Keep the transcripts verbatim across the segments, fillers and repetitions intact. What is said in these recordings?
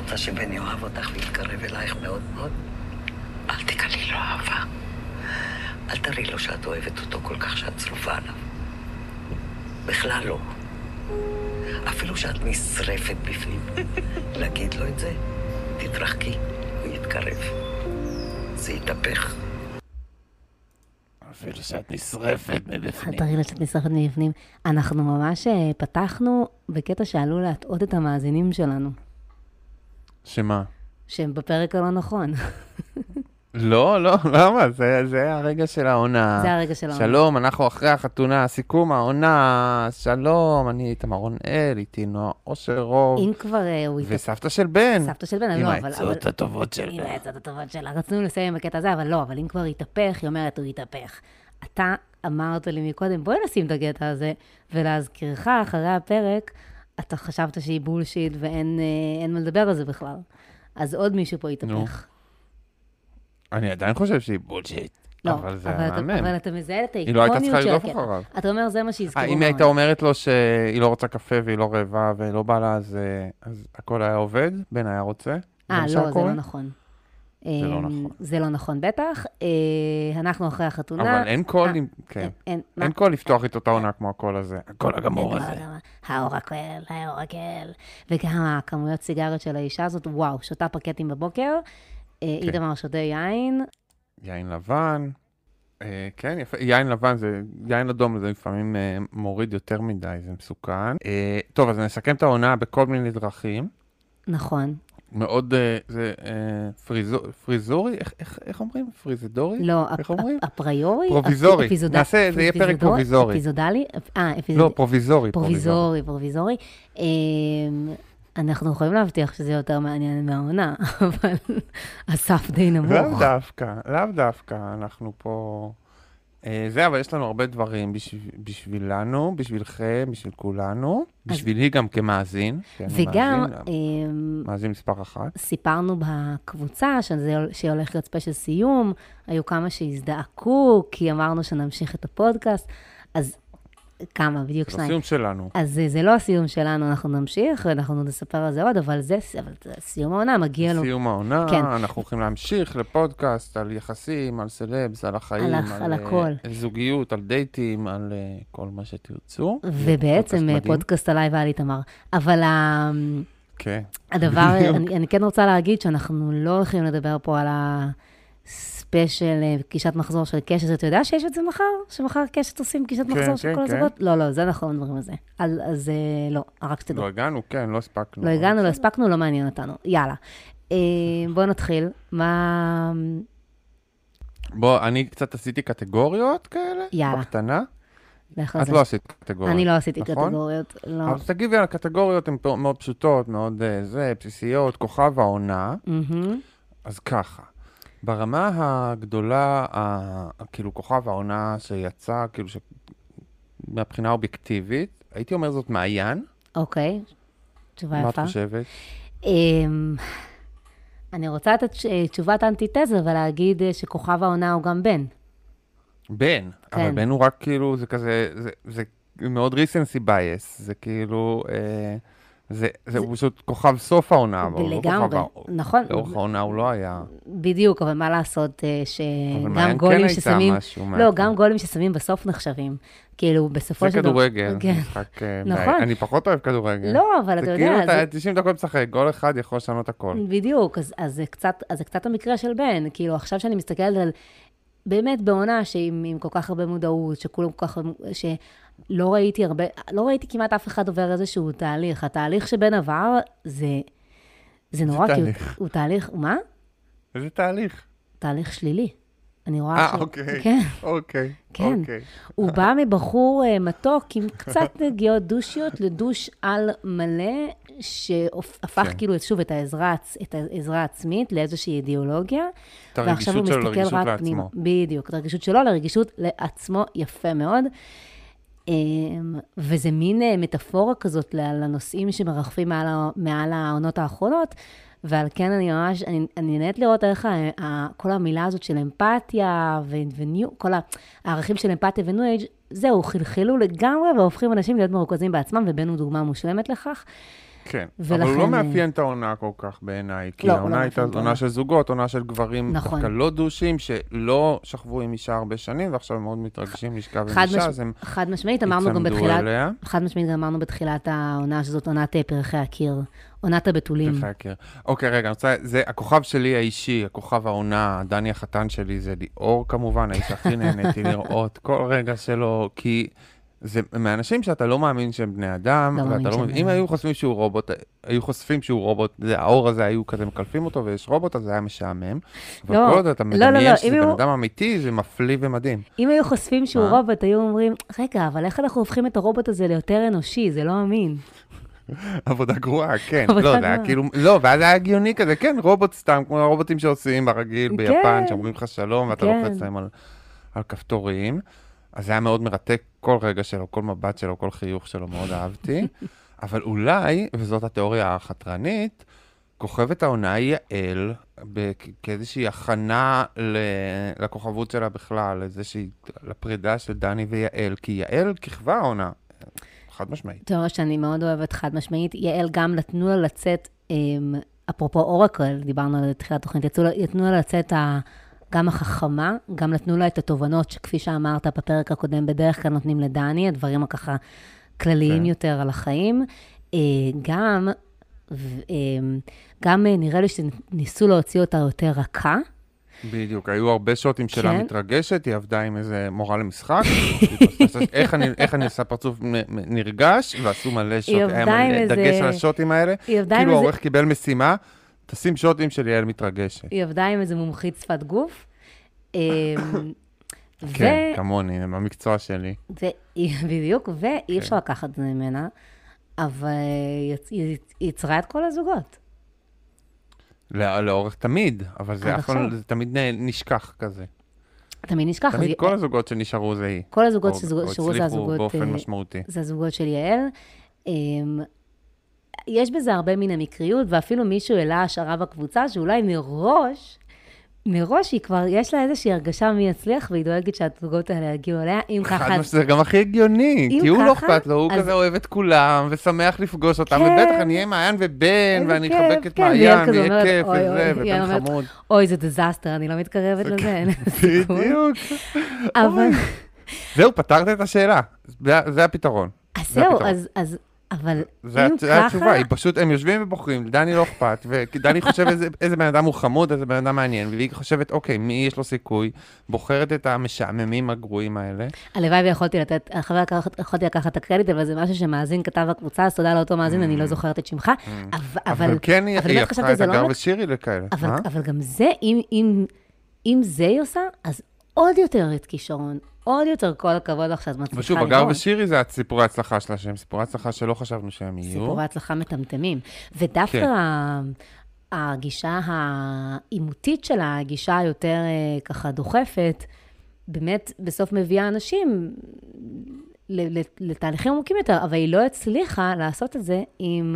רוצה שבני אוהב אותך ויתקרב אלייך מאוד מאוד? אל תקלי לו אהבה. אל תראי לו שאת אוהבת אותו כל כך שאת צרופה עליו. בכלל לא. אפילו שאת נשרפת בפנים. להגיד לו את זה, תתרחקי, הוא יתקרב. זה יתהפך. אפילו שאת נשרפת מבפנים. תראי לו שאת נשרפת מבפנים. אנחנו ממש פתחנו בקטע שעלול להטעות את המאזינים שלנו. שמה? שהם בפרק הלא נכון. לא, לא, למה? זה, זה הרגע של העונה. זה הרגע של העונה. שלום, אנחנו אחרי החתונה, סיכום העונה, שלום, אני איתמר רונאל, איתי נועה אושר רוב. אם כבר הוא... וסבתא של בן. סבתא של בן, עם לא, אבל... העצות הטובות של עם בן. העצות הטובות שלה. רצינו לסיים בקטע הזה, אבל לא, אבל אם כבר יתהפך, היא אומרת, הוא יתהפך. אתה אמרת לי מקודם, בואי נשים את הקטע הזה, ולהזכירך, אחרי הפרק, אתה חשבת שהיא בולשיט, ואין אין מה לדבר על זה בכלל. אז עוד מישהו פה יתהפך. אני עדיין חושב שהיא בולשיט. לא, אבל זה אבל, אתה, מאמן. אבל אתה מזהה את היא לא הייתה צריכה האיקוניות לדוף אחריו. אתה אומר, זה מה שהזכירו. אם היא הייתה אומרת לו שהיא לא רוצה קפה והיא לא רעבה ולא בא לה, אז, אז הכל היה עובד, בן היה רוצה. אה, לא, זה לא נכון. זה לא נכון. זה לא נכון, בטח. אנחנו אחרי החתונה. אבל אין קול, כן. אין קול לפתוח איתו את העונה כמו הקול הזה. הקול הגמור הזה. האורקל, האורקל. וגם הכמויות סיגריות של האישה הזאת, וואו, שותה פקטים בבוקר. איתמר שותה יין. יין לבן. כן, יפה. יין לבן, זה יין אדום, זה לפעמים מוריד יותר מדי, זה מסוכן. טוב, אז נסכם את העונה בכל מיני דרכים. נכון. מאוד, זה פריזורי, איך אומרים? פריזדורי? לא, איך אומרים? הפריורי? פרוביזורי. נעשה, זה יהיה פרק פרוביזורי. אפיזודלי? לא, פרוביזורי. פרוביזורי, פרוביזורי. אנחנו יכולים להבטיח שזה יותר מעניין מהעונה, אבל הסף די נמוך. לאו דווקא, לאו דווקא, אנחנו פה... זה, אבל יש לנו הרבה דברים בשבילנו, בשבילכם, בשביל כולנו, בשבילי גם כמאזין. וגם... מאזין מספר אחת. סיפרנו בקבוצה שהיא הולכת להיות ספיישל סיום, היו כמה שהזדעקו, כי אמרנו שנמשיך את הפודקאסט, אז... כמה, בדיוק שניים. זה הסיום שלנו. אז זה, זה לא הסיום שלנו, אנחנו נמשיך, ואנחנו נספר על זה עוד, אבל זה, אבל זה סיום העונה, מגיע לו. סיום העונה, כן. אנחנו הולכים להמשיך לפודקאסט על יחסים, על סלבס, על החיים, על, על, על הכל. על זוגיות, על דייטים, על uh, כל מה שתרצו. ובעצם פודקאסט, פודקאסט עליי ועל איתמר. אבל ה... כן. הדבר, אני, אני כן רוצה להגיד שאנחנו לא הולכים לדבר פה על ה... ספיישל, פגישת מחזור של קשת, אתה יודע שיש את זה מחר? שמחר קשת עושים פגישת כן, מחזור כן, של כל כן. הזוגות? לא, לא, זה נכון, דברים הזה. אז, אז לא, רק שתדעו. לא הגענו, כן, לא הספקנו. לא הגענו, לא הספקנו, לא מעניין אותנו. יאללה. בואו נתחיל. מה... בוא, אני קצת עשיתי קטגוריות כאלה. יאללה. בקטנה. את לא עשית קטגוריות. אני לא עשיתי נכון? קטגוריות, לא. אז תגיבי על הקטגוריות, הן מאוד פשוטות, מאוד זה, בסיסיות, כוכב העונה. אז ככה. ברמה הגדולה, כאילו כוכב העונה שיצא, כאילו מהבחינה אובייקטיבית, הייתי אומר זאת מעיין. אוקיי, תשובה יפה. מה את חושבת? אני רוצה לתת תשובת אנטיתזה ולהגיד שכוכב העונה הוא גם בן. בן, אבל בן הוא רק כאילו, זה כזה, זה מאוד recency bias, זה כאילו... זה, זה פשוט כוכב סוף העונה, אבל לא כוכב, נכון. לאורך העונה הוא לא היה. בדיוק, אבל מה לעשות שגם גולים ששמים, לא, גם גולים ששמים בסוף נחשבים, כאילו בסופו של דבר. זה כדורגל, משחק, נכון. אני פחות אוהב כדורגל. לא, אבל אתה יודע. זה כאילו תשעים דקות משחק, גול אחד יכול לשנות הכל. בדיוק, אז זה קצת, אז זה קצת המקרה של בן, כאילו עכשיו שאני מסתכלת על, באמת בעונה שעם כל כך הרבה מודעות, שכולם כל כך, שלא ראיתי הרבה, לא ראיתי כמעט אף אחד עובר איזשהו תהליך. התהליך שבן עבר, זה, זה נורא, כי הוא, הוא תהליך, מה? איזה תהליך? תהליך שלילי. אני רואה אה, אוקיי. כן. אוקיי. כן. אוקיי. הוא בא מבחור מתוק עם קצת נגיעות דושיות לדוש על מלא, שהפך כן. כאילו שוב את העזרה, את העזרה העצמית לאיזושהי אידיאולוגיה. את הרגישות שלו לרגישות לעצמו. פנימה. בדיוק, את הרגישות שלו לרגישות לעצמו יפה מאוד. וזה מין מטאפורה כזאת לנושאים שמרחפים מעל, מעל העונות האחרונות, ועל כן אני ממש, אני, אני נהנית לראות איך כל המילה הזאת של אמפתיה, וניו, כל הערכים של אמפתיה וניו אייג', זהו, חלחלו לגמרי, והופכים אנשים להיות מרוכזים בעצמם, ובנו דוגמה מושלמת לכך. כן, ולכן... אבל הוא לא מאפיין את העונה כל כך בעיניי, כי לא, העונה לא הייתה עונה של זוגות, עונה של גברים נכון. דווקא לא דושים, שלא שכבו עם אישה הרבה שנים, ועכשיו הם מאוד מתרגשים לשכב עם אישה, מש... אז הם חד משמעית, אמרנו גם בתחילת, אליה. חד משמעית גם אמרנו בתחילת העונה, שזאת עונת פרחי הקיר, עונת הבתולים. פרחי הקיר. אוקיי, רגע, אני רוצה, זה הכוכב שלי האישי, הכוכב העונה, דני החתן שלי, זה ליאור כמובן, האיש הכי נהניתי לראות כל רגע שלו, כי... זה מהאנשים שאתה לא מאמין שהם בני אדם, לא ואתה לא מבין, אם היו חושפים שהוא רובוט, היו חושפים שהוא רובוט, האור הזה היו כזה מקלפים אותו, ויש רובוט, אז זה היה משעמם. אבל כל עוד אתה מדמיין שזה בן אדם אמיתי, זה מפליא ומדהים. אם היו חושפים שהוא רובוט, היו אומרים, רגע, אבל איך אנחנו הופכים את הרובוט הזה ליותר אנושי? זה לא אמין. עבודה גרועה, כן. לא, זה היה כאילו, לא, ואז זה היה הגיוני כזה, כן, רובוט סתם, כמו הרובוטים שעושים ברגיל ביפן, שאומרים לך שלום, ואתה לוחץ להם על כפתורים. אז זה היה מאוד מרתק, כל רגע שלו, כל מבט שלו, כל חיוך שלו, מאוד אהבתי. אבל אולי, וזאת התיאוריה החתרנית, כוכבת העונה היא יעל, כאיזושהי הכנה לכוכבות שלה בכלל, איזושהי, לפרידה של דני ויעל, כי יעל ככבה העונה, חד משמעית. תיאוריה שאני מאוד אוהבת חד משמעית, יעל גם נתנו לה לצאת, אפרופו אורקל, דיברנו על תחילת תוכנית, נתנו לה לצאת ה... גם החכמה, גם נתנו לה את התובנות, שכפי שאמרת בפרק הקודם, בדרך כלל נותנים לדני, הדברים הככה כלליים יותר על החיים. גם, גם נראה לי שניסו להוציא אותה יותר רכה. בדיוק, היו הרבה שוטים שלה מתרגשת, היא עבדה עם איזה מורה למשחק, איך אני עושה פרצוף נרגש, ועשו מלא שוטים, היה מלא דגש על השוטים האלה, כאילו העורך קיבל משימה, תשים שוטים של יעל מתרגשת. היא עבדה עם איזה מומחית שפת גוף. כן, כמוני, במקצוע שלי. בדיוק, ואי אפשר לקחת את זה ממנה, אבל היא יצרה את כל הזוגות. לאורך תמיד, אבל זה תמיד נשכח כזה. תמיד נשכח. תמיד כל הזוגות שנשארו זה היא. כל הזוגות שנשארו זה הזוגות. באופן משמעותי. זה הזוגות של יעל. יש בזה הרבה מן המקריות, ואפילו מישהו העלה השערה בקבוצה, שאולי מראש, מראש היא כבר, יש לה איזושהי הרגשה מי יצליח, והיא דואגת שהזוגות האלה יגיעו אליה, אם ככה... חד משמעית, זה גם הכי הגיוני, כי הוא לא אכפת לו, הוא כזה אוהב את כולם, ושמח לפגוש אותם, ובטח אני אהיה מעיין ובן, ואני אחבק את מעיין, ויהיה כיף וזה, ובן חמוד. אוי, זה דיזסטר, אני לא מתקרבת לזה. בדיוק. זהו, פתרת את השאלה, זה הפתרון. אז זהו, אז... אבל אם ככה... זה התשובה, היא פשוט, הם יושבים ובוחרים, דני לא אכפת, ודני חושב איזה, איזה בן אדם הוא חמוד, איזה בן אדם מעניין, והיא חושבת, אוקיי, מי יש לו סיכוי, בוחרת את המשעממים הגרועים האלה. הלוואי ויכולתי לתת, חבר יכולתי לקחת את הקרדיט, אבל זה משהו שמאזין כתב הקבוצה, אז תודה לאותו מאזין, אני לא זוכרת את שמך, אבל כן, היא הפכה את הגר ושירי לכאלה. אבל גם זה, אם זה היא עושה, אז עוד יותר את כישרון, עוד יותר כל הכבוד לך שאת מצליחה ושוב, הגר ושירי זה סיפורי הצלחה שלה, שהם סיפורי הצלחה שלא חשבנו שהם יהיו. סיפורי הצלחה מטמטמים. ודווקא הגישה האימותית שלה, הגישה היותר ככה דוחפת, באמת בסוף מביאה אנשים לתהליכים עמוקים יותר, אבל היא לא הצליחה לעשות את זה עם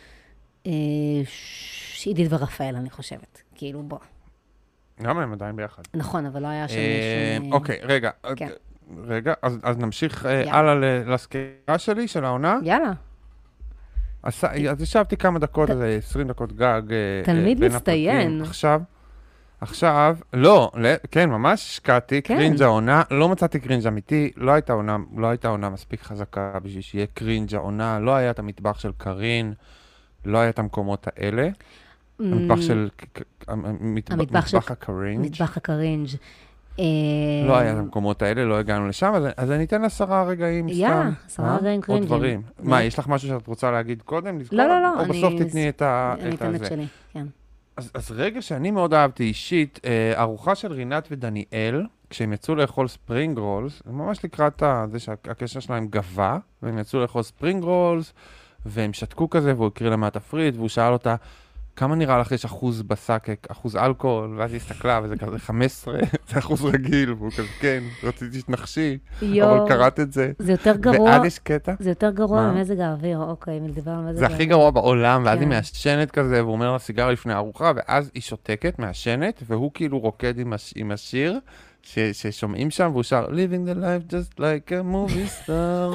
עידית ורפאל, אני חושבת. כאילו, בוא. גם הם עדיין ביחד. נכון, אבל לא היה שם מישהו... אוקיי, רגע. רגע, אז נמשיך הלאה לסקירה שלי, של העונה. יאללה. אז ישבתי כמה דקות, איזה עשרים דקות גג. תלמיד מצטיין. עכשיו, עכשיו, לא, כן, ממש השקעתי, קרינג' העונה, לא מצאתי קרינג' אמיתי, לא הייתה עונה, לא הייתה עונה מספיק חזקה בשביל שיהיה קרינג' העונה, לא היה את המטבח של קרין, לא היה את המקומות האלה. המטבח של... מטבח הקרינג'. מטבח הקרינג'. לא היה את המקומות האלה, לא הגענו לשם, אז אני אתן עשרה רגעים סתם. יאה, עשרה רגעים קרינג'ים. עוד דברים. מה, יש לך משהו שאת רוצה להגיד קודם? לא, לא, לא. או בסוף תתני את הזה. אני אתן את שלי, כן. אז רגע שאני מאוד אהבתי אישית, ארוחה של רינת ודניאל, כשהם יצאו לאכול ספרינג רולס, ממש לקראת זה שהקשר שלהם גבה, והם יצאו לאכול ספרינג רולס, והם שתקו כזה, והוא הקריא לה מהתפריט, והוא שאל אותה, כמה נראה לך יש אחוז בסק, אחוז אלכוהול, ואז היא הסתכלה, וזה כזה חמש עשרה, זה אחוז רגיל, והוא כזה, כן, רציתי שתנחשי, אבל קראת את זה. זה יותר גרוע. ואז יש קטע. זה יותר גרוע ממזג האוויר, אוקיי, מלדבר על מזג האוויר. זה הכי גרוע בעולם, ואז היא מעשנת כזה, והוא אומר לה סיגר לפני הארוחה, ואז היא שותקת, מעשנת, והוא כאילו רוקד עם השיר, ששומעים שם, והוא שר, Living the life just like a movie star.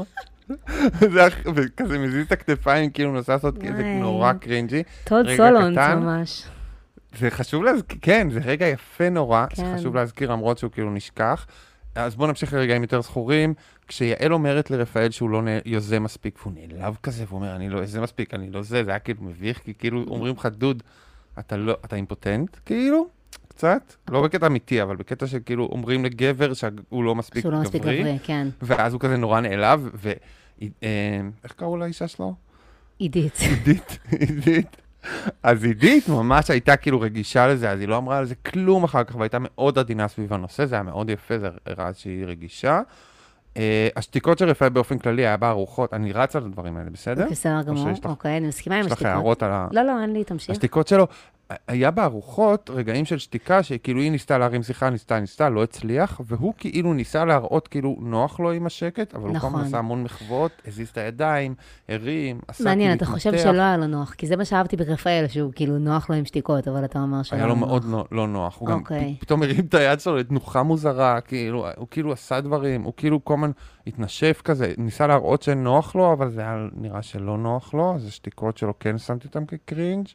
וכזה מזיז את הכתפיים, כאילו נוסע לעשות כזה נורא קרינג'י. טוד סולונס ממש. זה חשוב להזכיר, כן, זה רגע יפה נורא, זה חשוב להזכיר למרות שהוא כאילו נשכח. אז בואו נמשיך לרגעים יותר זכורים. כשיעל אומרת לרפאל שהוא לא יוזם מספיק, והוא נעלב כזה, והוא אומר, אני לא יוזם מספיק, אני לא זה, זה היה כאילו מביך, כי כאילו אומרים לך, דוד, אתה לא, אתה אימפוטנט, כאילו, קצת, לא בקטע אמיתי, אבל בקטע שכאילו אומרים לגבר שהוא לא מספיק גברי. שהוא לא מספיק גברי, כן. ואז הוא כזה נורא נעלב, ו... איך קראו לאישה שלו? עידית. עידית, עידית. אז עידית ממש הייתה כאילו רגישה לזה, אז היא לא אמרה על זה כלום אחר כך, והייתה מאוד עדינה סביב הנושא, זה היה מאוד יפה, זה הראה שהיא רגישה. Uh, השתיקות של רפאל באופן כללי היה בארוחות, אני רץ על הדברים האלה, בסדר? בסדר גמור, אוקיי, אני מסכימה עם השתיקות. יש לך הערות על ה... לא, לא, אין לי, תמשיך. השתיקות שלו, היה בארוחות רגעים של שתיקה, שכאילו היא ניסתה להרים שיחה, ניסתה, ניסתה, לא הצליח, והוא כאילו ניסה להראות כאילו נוח לו עם השקט, אבל הוא פעם עשה המון מחוות, הזיז את הידיים, הרים, עשה כאילו... מעניין, אתה חושב שלא היה לו נוח, כי זה מה שאהבתי ברפאל, שהוא כאילו נוח לו עם שתיקות, אבל אתה אומר שלא היה לו מאוד לא נוח, הוא גם פתאום הרים את היד שלו לתנוחה מוזרה, כאילו, הוא כאילו עשה דברים, הוא כאילו כל הזמן התנשף כזה, ניסה להראות שנוח לו, אבל זה היה נראה שלא נוח לו, אז השתיקות שלו כן שמתי אותם כקרינג'.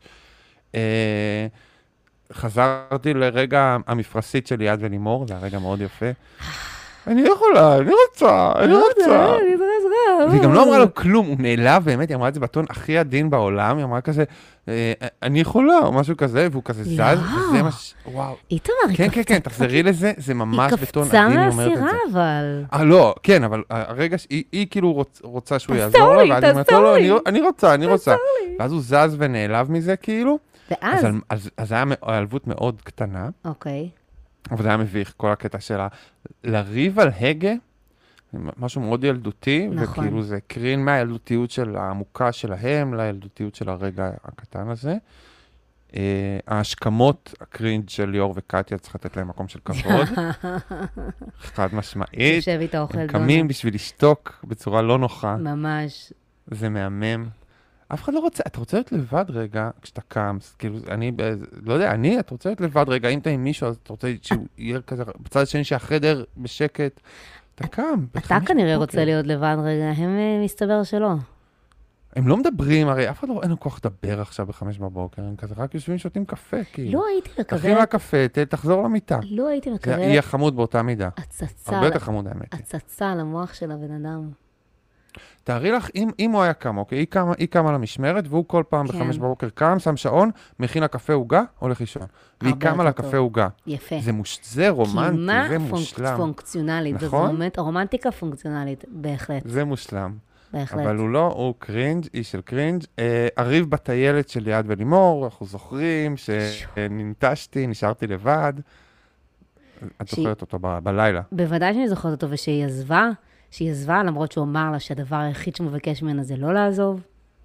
חזרתי לרגע המפרסית של ליעד ולימור, זה הרגע מאוד יפה. אני יכולה, אני רוצה, אני רוצה. והיא גם לא אמרה לו כלום, הוא נעלב באמת, היא אמרה את זה בטון הכי עדין בעולם, היא אמרה כזה, אני יכולה, או משהו כזה, והוא כזה זז, וזה מה ש... וואו. איתמר, היא קפצה. כן, כן, כן, תחזרי לזה, זה ממש בטון עדין, היא אומרת את זה. היא קפצה מהסירה, אבל... אה, לא, כן, אבל הרגע, היא כאילו רוצה שהוא יעזור לה, ואז היא אומרת לו, אני רוצה, אני רוצה. ואז הוא זז ונעלב מזה, כאילו. ואז? אז, אז, אז היה העלבות מאוד קטנה. אוקיי. אבל זה היה מביך, כל הקטע שלה. לריב על הגה, משהו מאוד ילדותי, נכון. וכאילו זה קרין מהילדותיות של העמוקה שלהם, לילדותיות של הרגע הקטן הזה. Uh, ההשכמות, הקרינג' של ליאור וקטיה, צריך לתת להם מקום של כבוד. חד משמעית. יושב איתה אוכל דונה. הם קמים בשביל לשתוק בצורה לא נוחה. ממש. זה מהמם. אף אחד לא רוצה, אתה רוצה להיות לבד רגע, כשאתה קם, כאילו, אני, לא יודע, אני, אתה רוצה להיות לבד רגע, אם אתה עם מישהו, אז אתה רוצה שהוא יהיה כזה, בצד השני שהחדר בשקט, אתה קם. אתה כנראה רוצה להיות לבד רגע, הם מסתבר שלא. הם לא מדברים, הרי אף אחד לא, אין לו כוח לדבר עכשיו בחמש בבוקר, הם כזה רק יושבים שותים קפה, כאילו. לא הייתי מקבלת. תכין מהקפה, תחזור למיטה. לא הייתי מקבלת. היא החמוד באותה מידה. הצצה. הרבה יותר חמוד, האמת. הצצה למוח של הבן אדם. תארי לך, אם, אם הוא היה קם, אוקיי, היא קמה, היא קמה למשמרת, והוא כל פעם כן. בחמש בבוקר קם, שם שעון, מכין לקפה עוגה, הולך לישון. והיא קמה לקפה עוגה. יפה. זה, מוש... זה רומנטי, זה פונק... מושלם. כמעט פונקציונלית. נכון? זאת הרומנטיקה פונקציונלית, בהחלט. זה מושלם. בהחלט. אבל הוא לא, הוא קרינג', איש של קרינג'. אה, הריב בטיילת של ליעד ולימור, אנחנו זוכרים שננטשתי, נשארתי לבד. את ש... זוכרת אותו ב... בלילה. בוודאי שאני זוכרת אותו, ושהיא עזבה. שהיא עזבה, למרות שהוא אמר לה שהדבר היחיד שמבקש ממנה זה לא לעזוב.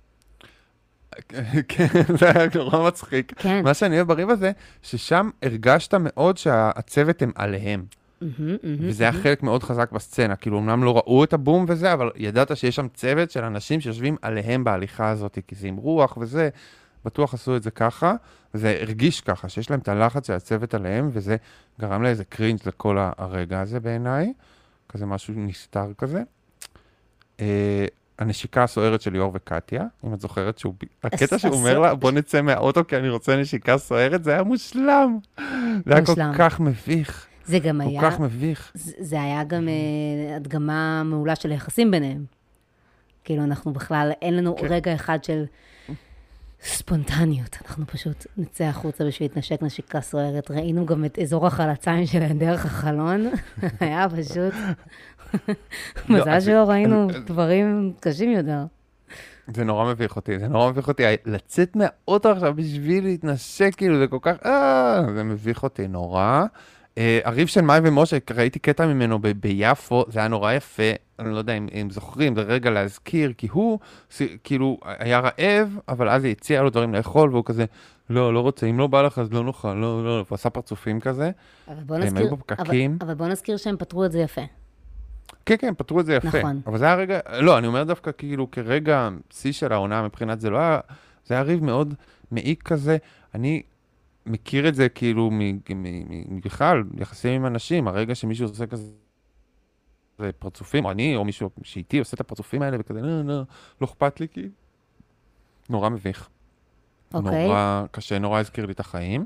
כן, זה היה נורא מצחיק. כן. מה שאני אוהב בריב הזה, ששם הרגשת מאוד שהצוות הם עליהם. וזה היה חלק מאוד חזק בסצנה. כאילו, אמנם לא ראו את הבום וזה, אבל ידעת שיש שם צוות של אנשים שיושבים עליהם בהליכה הזאת, כי זה עם רוח וזה. בטוח עשו את זה ככה, וזה הרגיש ככה, שיש להם את הלחץ של הצוות עליהם, וזה גרם לאיזה קרינג' לכל הרגע הזה בעיניי. כזה משהו נסתר כזה. Uh, הנשיקה הסוערת של ליאור וקטיה, אם את זוכרת שהוא... הקטע שהוא אומר לה, בוא נצא מהאוטו כי אני רוצה נשיקה סוערת, זה היה מושלם. זה היה כל כך מביך. זה גם היה... כל כך מביך. זה היה גם הדגמה מעולה של היחסים ביניהם. כאילו אנחנו בכלל, אין לנו רגע אחד של ספונטניות. אנחנו פשוט נצא החוצה בשביל להתנשק נשיקה סוערת. ראינו גם את אזור החלציים שלהם דרך החלון. היה פשוט... מזל שלא ראינו דברים קשים יותר. זה נורא מביך אותי, זה נורא מביך אותי. לצאת מהאוטו עכשיו בשביל להתנשק, כאילו זה כל כך... אה, זה מביך אותי נורא. הריב של מאי ומשה, ראיתי קטע ממנו ביפו, זה היה נורא יפה, אני לא יודע אם זוכרים, זה רגע להזכיר, כי הוא כאילו היה רעב, אבל אז היא הציעה לו דברים לאכול, והוא כזה, לא, לא רוצה, אם לא בא לך אז לא נוכל, לא, לא, הוא עשה פרצופים כזה, והם היו בפקקים. אבל בוא נזכיר שהם פתרו את זה יפה. כן, כן, פתרו את זה יפה. נכון. אבל זה היה רגע, לא, אני אומר דווקא כאילו כרגע שיא של העונה מבחינת זה לא היה, זה היה ריב מאוד מעיק כזה, אני... מכיר את זה כאילו בכלל, יחסים עם אנשים, הרגע שמישהו עושה כזה זה פרצופים, או אני, או מישהו שאיתי עושה את הפרצופים האלה, וכזה, לא, לא, לא אכפת לי, כי נורא מביך. אוקיי. נורא קשה, נורא הזכיר לי את החיים.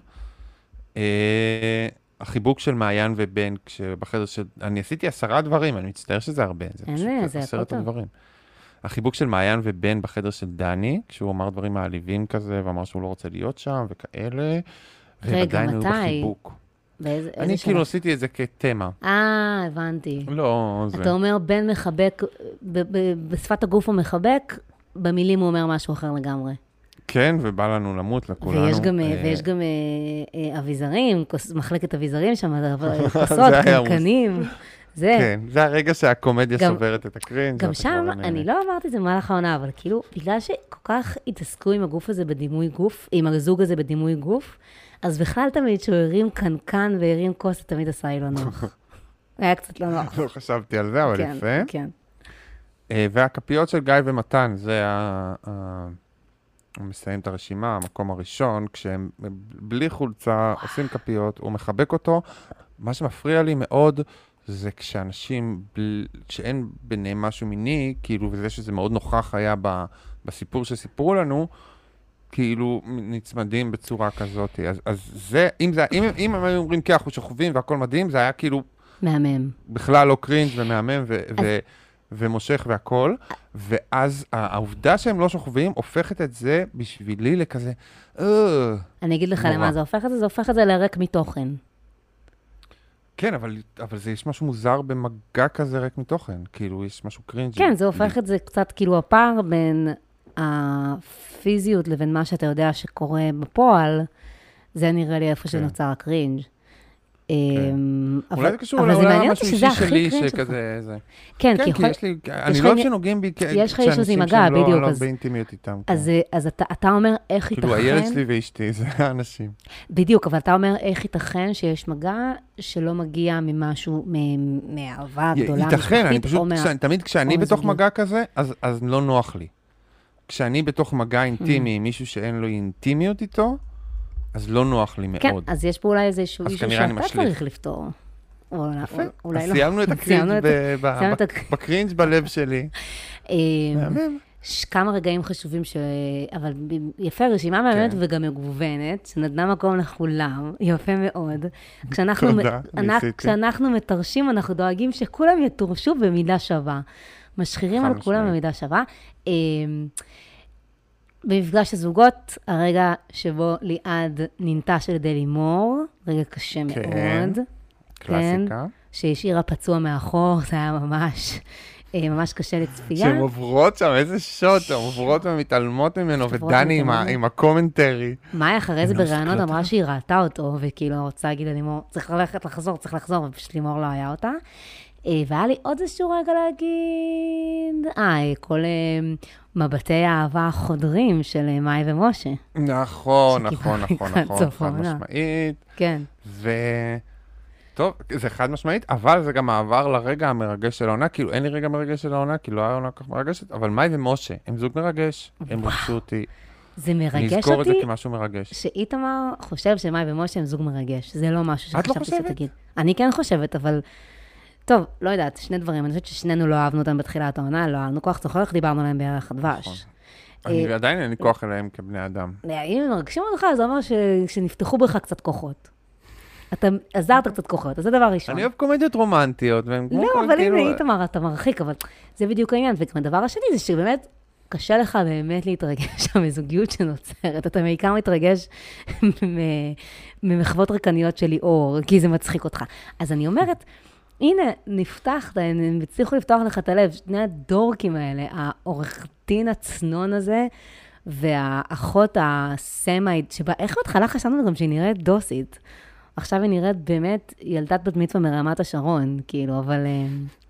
אה, החיבוק של מעיין ובן, כשבחדר של... אני עשיתי עשרה דברים, אני מצטער שזה הרבה. זה אין פשוט לי, זה הכל עשרת טוב. הדברים. החיבוק של מעיין ובן בחדר של דני, כשהוא אמר דברים מעליבים כזה, ואמר שהוא לא רוצה להיות שם, וכאלה. רגע, ועדיין היו מתי? בחיבוק. באיזה, אני איזה כאילו שלב? עשיתי את זה כתמה. אה, הבנתי. לא, זה... אתה אומר, בן מחבק, ב- ב- בשפת הגוף הוא מחבק, במילים הוא אומר משהו אחר לגמרי. כן, ובא לנו למות לכולנו. ויש גם, אה, ויש גם אה, אה, אביזרים, כוס- מחלקת אביזרים שם, כוסות, זה היה קנקנים. זה. כן, זה הרגע שהקומדיה גם- שוברת את הקרינג'. גם ואת שם, הדברים האלה. אני לא אמרתי את זה במהלך העונה, אבל כאילו, בגלל שכל כך התעסקו עם הגוף הזה בדימוי גוף, עם הזוג הזה בדימוי גוף, אז בכלל תמיד שהוא הרים קנקן והרים כוס, זה תמיד עשה לי לא נוח. היה קצת לא נוח. לא חשבתי על זה, אבל כן, יפה. כן. אה, והכפיות של גיא ומתן, זה ה... ה- הוא מסיים את הרשימה, המקום הראשון, כשהם בלי חולצה עושים כפיות, הוא מחבק אותו. מה שמפריע לי מאוד, זה כשאנשים, בל... כשאין ביניהם משהו מיני, כאילו, וזה שזה מאוד נוכח היה ב... בסיפור שסיפרו לנו, כאילו נצמדים בצורה כזאת. אז, אז זה, אם, זה, אם, אם הם היו אומרים כי אנחנו שוכבים והכל מדהים, זה היה כאילו מהמם. בכלל לא קרינג' ומהמם ו- אז- ו- ומושך והכל, ואז העובדה שהם לא שוכבים הופכת את זה בשבילי לכזה, אה, אני אגיד לך נורא. למה זה הופך את זה, זה הופך את זה לריק מתוכן. כן, אבל, אבל זה יש משהו מוזר במגע כזה ריק מתוכן, כאילו יש משהו קרינג'י. כן, זה הופך את זה קצת כאילו הפער בין הפיזיות לבין מה שאתה יודע שקורה בפועל, זה נראה לי איפה שנוצר הקרינג'. אמ, אבל- אולי זה קשור, אבל זה אולי מעניין משהו אותי שזה אישי הכי שלי קרינג' שלך. שכזה, זה. כן, כן, כי כי יכול... יש לי, אני לך לא אוהב עניין- שנוגעים בי, כ- יש לך אישוס עם כשאנשים מגע, שהם לא- בדיוק, לא אז- באינטימיות איתם. אז, כן. אז אתה, אתה אומר איך ייתכן... כאילו הילד שלי ואשתי, זה האנשים. בדיוק, אבל אתה אומר איך ייתכן שיש מגע שלא מגיע ממשהו, מ- מאהבה גדולה, ייתכן, אני משפחתית, פשוט, או מה... כשאני- תמיד כשאני או בתוך מזוגיות. מגע כזה, אז אז לא נוח לי. כשאני בתוך מגע אינטימי עם מישהו שאין לו אינטימיות איתו, אז לא נוח לי כן, מאוד. אז יש פה אולי איזשהו אז אישו כנראה אני שאתה משליך. צריך לפתור. או אולי- יפה. אולי אז לא. סיימנו את הקרינג' סיימנו את- ב- ב- סיימנו את ב- הקרינג'. בקרינג' בלב שלי. אה, מהמם. ש- כמה רגעים חשובים, ש... אבל ב- יפה, רשימה מהממת כן. וגם מגוונת, שנתנה מקום לכולם, יפה מאוד. כשאנחנו, תודה, מ- אנחנו, ניסיתי. כשאנחנו מתרשים, אנחנו דואגים שכולם יתורשו במידה שווה. משחירים חד על כולם משמעית. במידה שווה. אה, במפגש הזוגות, הרגע שבו ליעד ננטש על ידי לימור, רגע קשה כן. מאוד. קלאסיקה. שהשאירה פצוע מאחור, זה היה ממש, אה, ממש קשה לצפייה. שהן עוברות שם, איזה שוט, הן עוברות ומתעלמות ממנו, עוברות ודני עם ה- ומתעלמות. עם הקומנטרי. מאי אחרי זה לא בראיונות מסתכלת אמרה עליו. שהיא ראתה אותו, וכאילו רוצה להגיד ללימור, צריך ללכת לחזור, צריך לחזור, ופשוט לימור לא היה אותה. אה, והיה לי עוד איזשהו רגע להגיד, אה, כל אה, מבטי האהבה החודרים של אה, מאי ומשה. נכון, שקיבלנו נכון, נכון, לקראת נכון, סוף חד העונה. משמעית. כן. ו... טוב, זה חד משמעית, אבל זה גם מעבר לרגע המרגש של העונה, כאילו אין לי רגע מרגש של העונה, כי לא היה עונה כל כך מרגשת, אבל מאי ומשה, הם זוג מרגש, הם ריגשו אותי. זה אני מרגש אזכור את זה אותי כמשהו מרגש. שאיתמר חושב שמאי ומשה הם זוג מרגש. זה לא משהו את לא שחשבתי חושבת? שתגיד. אני כן חושבת, אבל... טוב, לא יודעת, שני דברים. אני חושבת ששנינו לא אהבנו אותם בתחילת העונה, לא אהבנו כוח צוחק, דיברנו עליהם בערך נכון. הדבש. אני עדיין אין לי כוח אליהם כבני אדם. אם הם מרגשים אותך, זה אומר ש- שנפתחו בך קצת כוחות. אתה עזרת קצת כוחות, אז זה דבר ראשון. אני אוהב קומדיות רומנטיות, והם כמו לא, כל אבל כאילו... הנה, איתמר, אתה מרחיק, אבל זה בדיוק העניין. וגם הדבר השני זה שבאמת קשה לך באמת להתרגש מהזוגיות שנוצרת. אתה בעיקר מתרגש מ- ממחוות ריקניות של ליאור, כי זה מצחיק אותך. אז אני אומרת, הנה, נפתחת, הם הצליחו לפתוח לך את הלב, שני הדורקים האלה, העורך דין הצנון הזה, והאחות הסמאית, שבה, איך בהתחלה חשבנו גם שהיא נראית דוסית. עכשיו היא נראית באמת ילדת בת מצווה מרמת השרון, כאילו, אבל אה,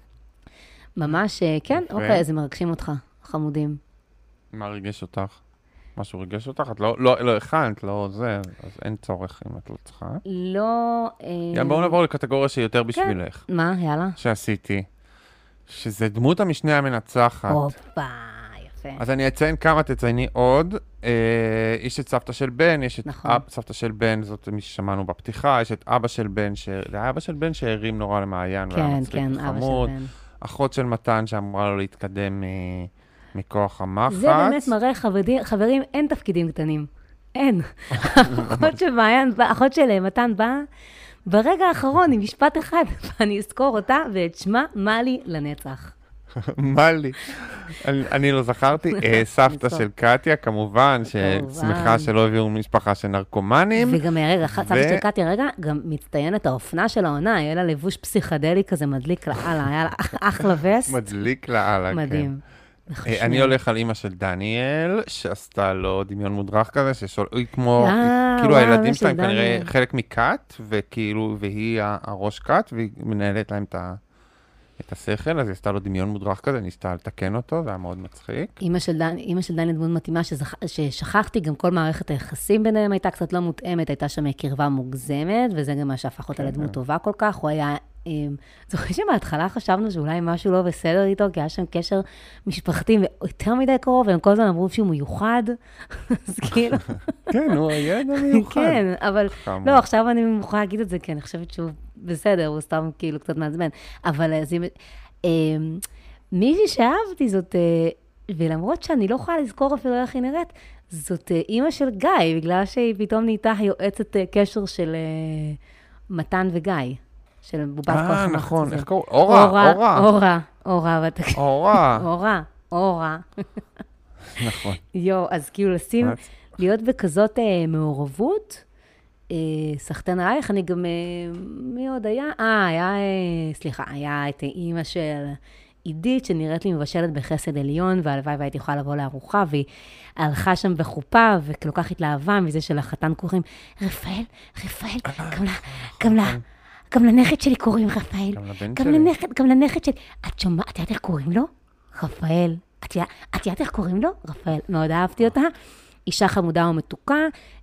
ממש, אה, כן, יפה. אוקיי, אז הם מרגשים אותך, חמודים. מה ריגש אותך? משהו ריגש אותך? את לא, לא, לא הכנת, לא זה, אז אין צורך אם את לא צריכה. לא... אה, יאללה, בואו נעבור לקטגוריה שיותר בשבילך, מה, יאללה? שעשיתי, שזה דמות המשנה המנצחת. הופה, יפה. אז אני אציין כמה, תצייני עוד. אה, יש את סבתא של בן, יש את נכון. אב, סבתא של בן, זאת מי ששמענו בפתיחה, יש את אבא של בן, ש... זה היה אבא של בן שהרים נורא למעיין, והיה כן, מצחיק כן, אבא של וחמוד. בן. אחות של מתן שאמרה לו להתקדם מכוח המחץ. זה באמת מראה, חברים, חברים, אין תפקידים קטנים. אין. אחות של מעיין, אחות של מתן באה, ברגע האחרון, עם משפט אחד, ואני אזכור אותה ואת שמה, מלי לנצח. מלי. אני לא זכרתי. סבתא של קטיה, כמובן, ששמחה שלא הביאו משפחה של נרקומנים. וגם, רגע, סבתא של קטיה, רגע, גם מצטיינת האופנה של העונה, היה לה לבוש פסיכדלי כזה מדליק לאללה, היה לה אחלה וסט. מדליק לאללה, כן. מדהים. אני הולך על אמא של דניאל, שעשתה לו דמיון מודרך כזה, שהיא כמו, כאילו הילדים שלהם כנראה חלק מקאט, וכאילו, והיא הראש קאט, והיא מנהלת להם את השכל, אז היא עשתה לו דמיון מודרך כזה, ניסתה לתקן אותו, זה היה מאוד מצחיק. אמא של דניאל דמות מתאימה, ששכחתי, גם כל מערכת היחסים ביניהם הייתה קצת לא מותאמת, הייתה שם קרבה מוגזמת, וזה גם מה שהפך אותה לדמות טובה כל כך, הוא היה... זוכרי שמההתחלה חשבנו שאולי משהו לא בסדר איתו, כי היה שם קשר משפחתי יותר מדי קרוב, והם כל הזמן אמרו שהוא מיוחד, אז כאילו... כן, הוא הילד המיוחד. כן, אבל לא, עכשיו אני מוכרחה להגיד את זה, כי אני חושבת שהוא בסדר, הוא סתם כאילו קצת מעצבן, אבל מישהי שאהבתי זאת, ולמרות שאני לא יכולה לזכור אפילו איך היא נראית, זאת אימא של גיא, בגלל שהיא פתאום נהייתה יועצת קשר של מתן וגיא. של בובת כוח המחצה. אה, נכון, איך קוראים? אורה, אורה. אורה, אורה. אורה. אורה, אורה. נכון. יו, אז כאילו לשים, להיות בכזאת מעורבות, סחטן עלייך, אני גם, מי עוד היה? אה, היה, סליחה, היה את אימא של עידית, שנראית לי מבשלת בחסד עליון, והלוואי והייתי יכולה לבוא לארוחה, והיא הלכה שם בחופה, וכלוקח התלהבה מזה של החתן קוראים, רפאל, רפאל, גם לה, גם לנכד שלי קוראים רפאל. גם לבן גם שלי. לנכד, גם לנכד שלי. את שומעת, את יודעת איך קוראים לו? רפאל. את יודעת איך קוראים לו? רפאל. מאוד אהבתי אותה. אישה חמודה ומתוקה.